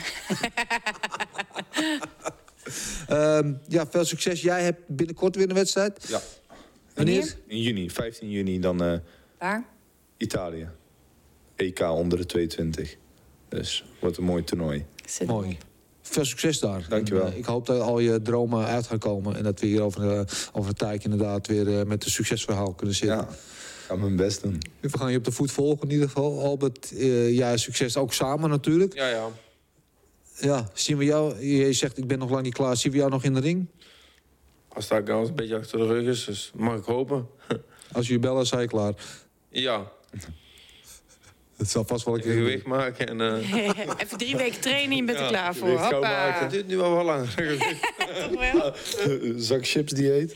Veel succes. Jij hebt binnenkort weer een wedstrijd. Ja. Wanneer? In juni, 15 juni dan... Waar? Italië. EK onder de 22. Dus wordt een mooi toernooi. Mooi. Veel succes daar. Dankjewel. Ik hoop dat al je dromen uit gaan komen. En dat we hier over een tijdje inderdaad weer met een succesverhaal kunnen zitten. Ja, ik ga mijn best doen. We gaan je op de voet volgen in ieder geval. Albert, succes ook samen natuurlijk. Ja. Ja, zien we jou... Je zegt, ik ben nog lang niet klaar. Zien we jou nog in de ring? Als sta ik al een beetje achter de rug is, dus mag ik hopen. Als je bellen, sta je klaar. Ja. Het zal vast wel een keer... gewicht maken en... Even 3 weken trainen en je bent er klaar voor. Hoppa. Het duurt nu wel langer. Toch wel? Zak chips dieet.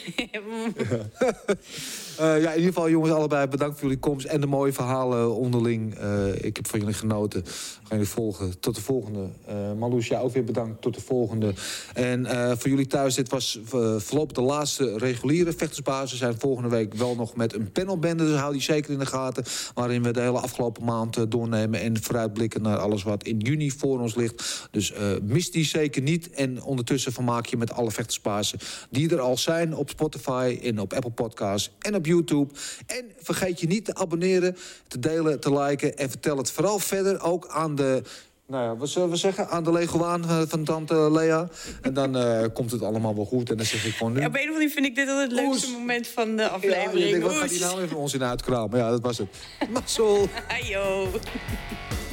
Ja, in ieder geval, jongens, allebei bedankt voor jullie komst en de mooie verhalen onderling. Ik heb van jullie genoten. Gaan jullie volgen. Tot de volgende. Marloes, jij ook weer bedankt. Tot de volgende. En voor jullie thuis, dit was voorlopig de laatste reguliere vechtersbasis. We zijn volgende week wel nog met een panelbende, dus hou die zeker in de gaten. Waarin we de hele afgelopen maand doornemen en vooruitblikken naar alles wat in juni voor ons ligt. Dus mis die zeker niet. En ondertussen vermaak je met alle vechtersbazen die er al zijn op Spotify en op Apple Podcasts en op YouTube. En vergeet je niet te abonneren, te delen, te liken. En vertel het vooral verder ook aan de... Nou ja, wat zullen we zeggen? Aan de Leguaan van tante Lea. En dan komt het allemaal wel goed. En dan zeg ik gewoon nu... Ja, op een of andere manier vind ik dit altijd het leukste moment van de aflevering. Ja, wat gaat die nou even ons in uitkramen? Ja, dat was het. Mazzel. Ajo.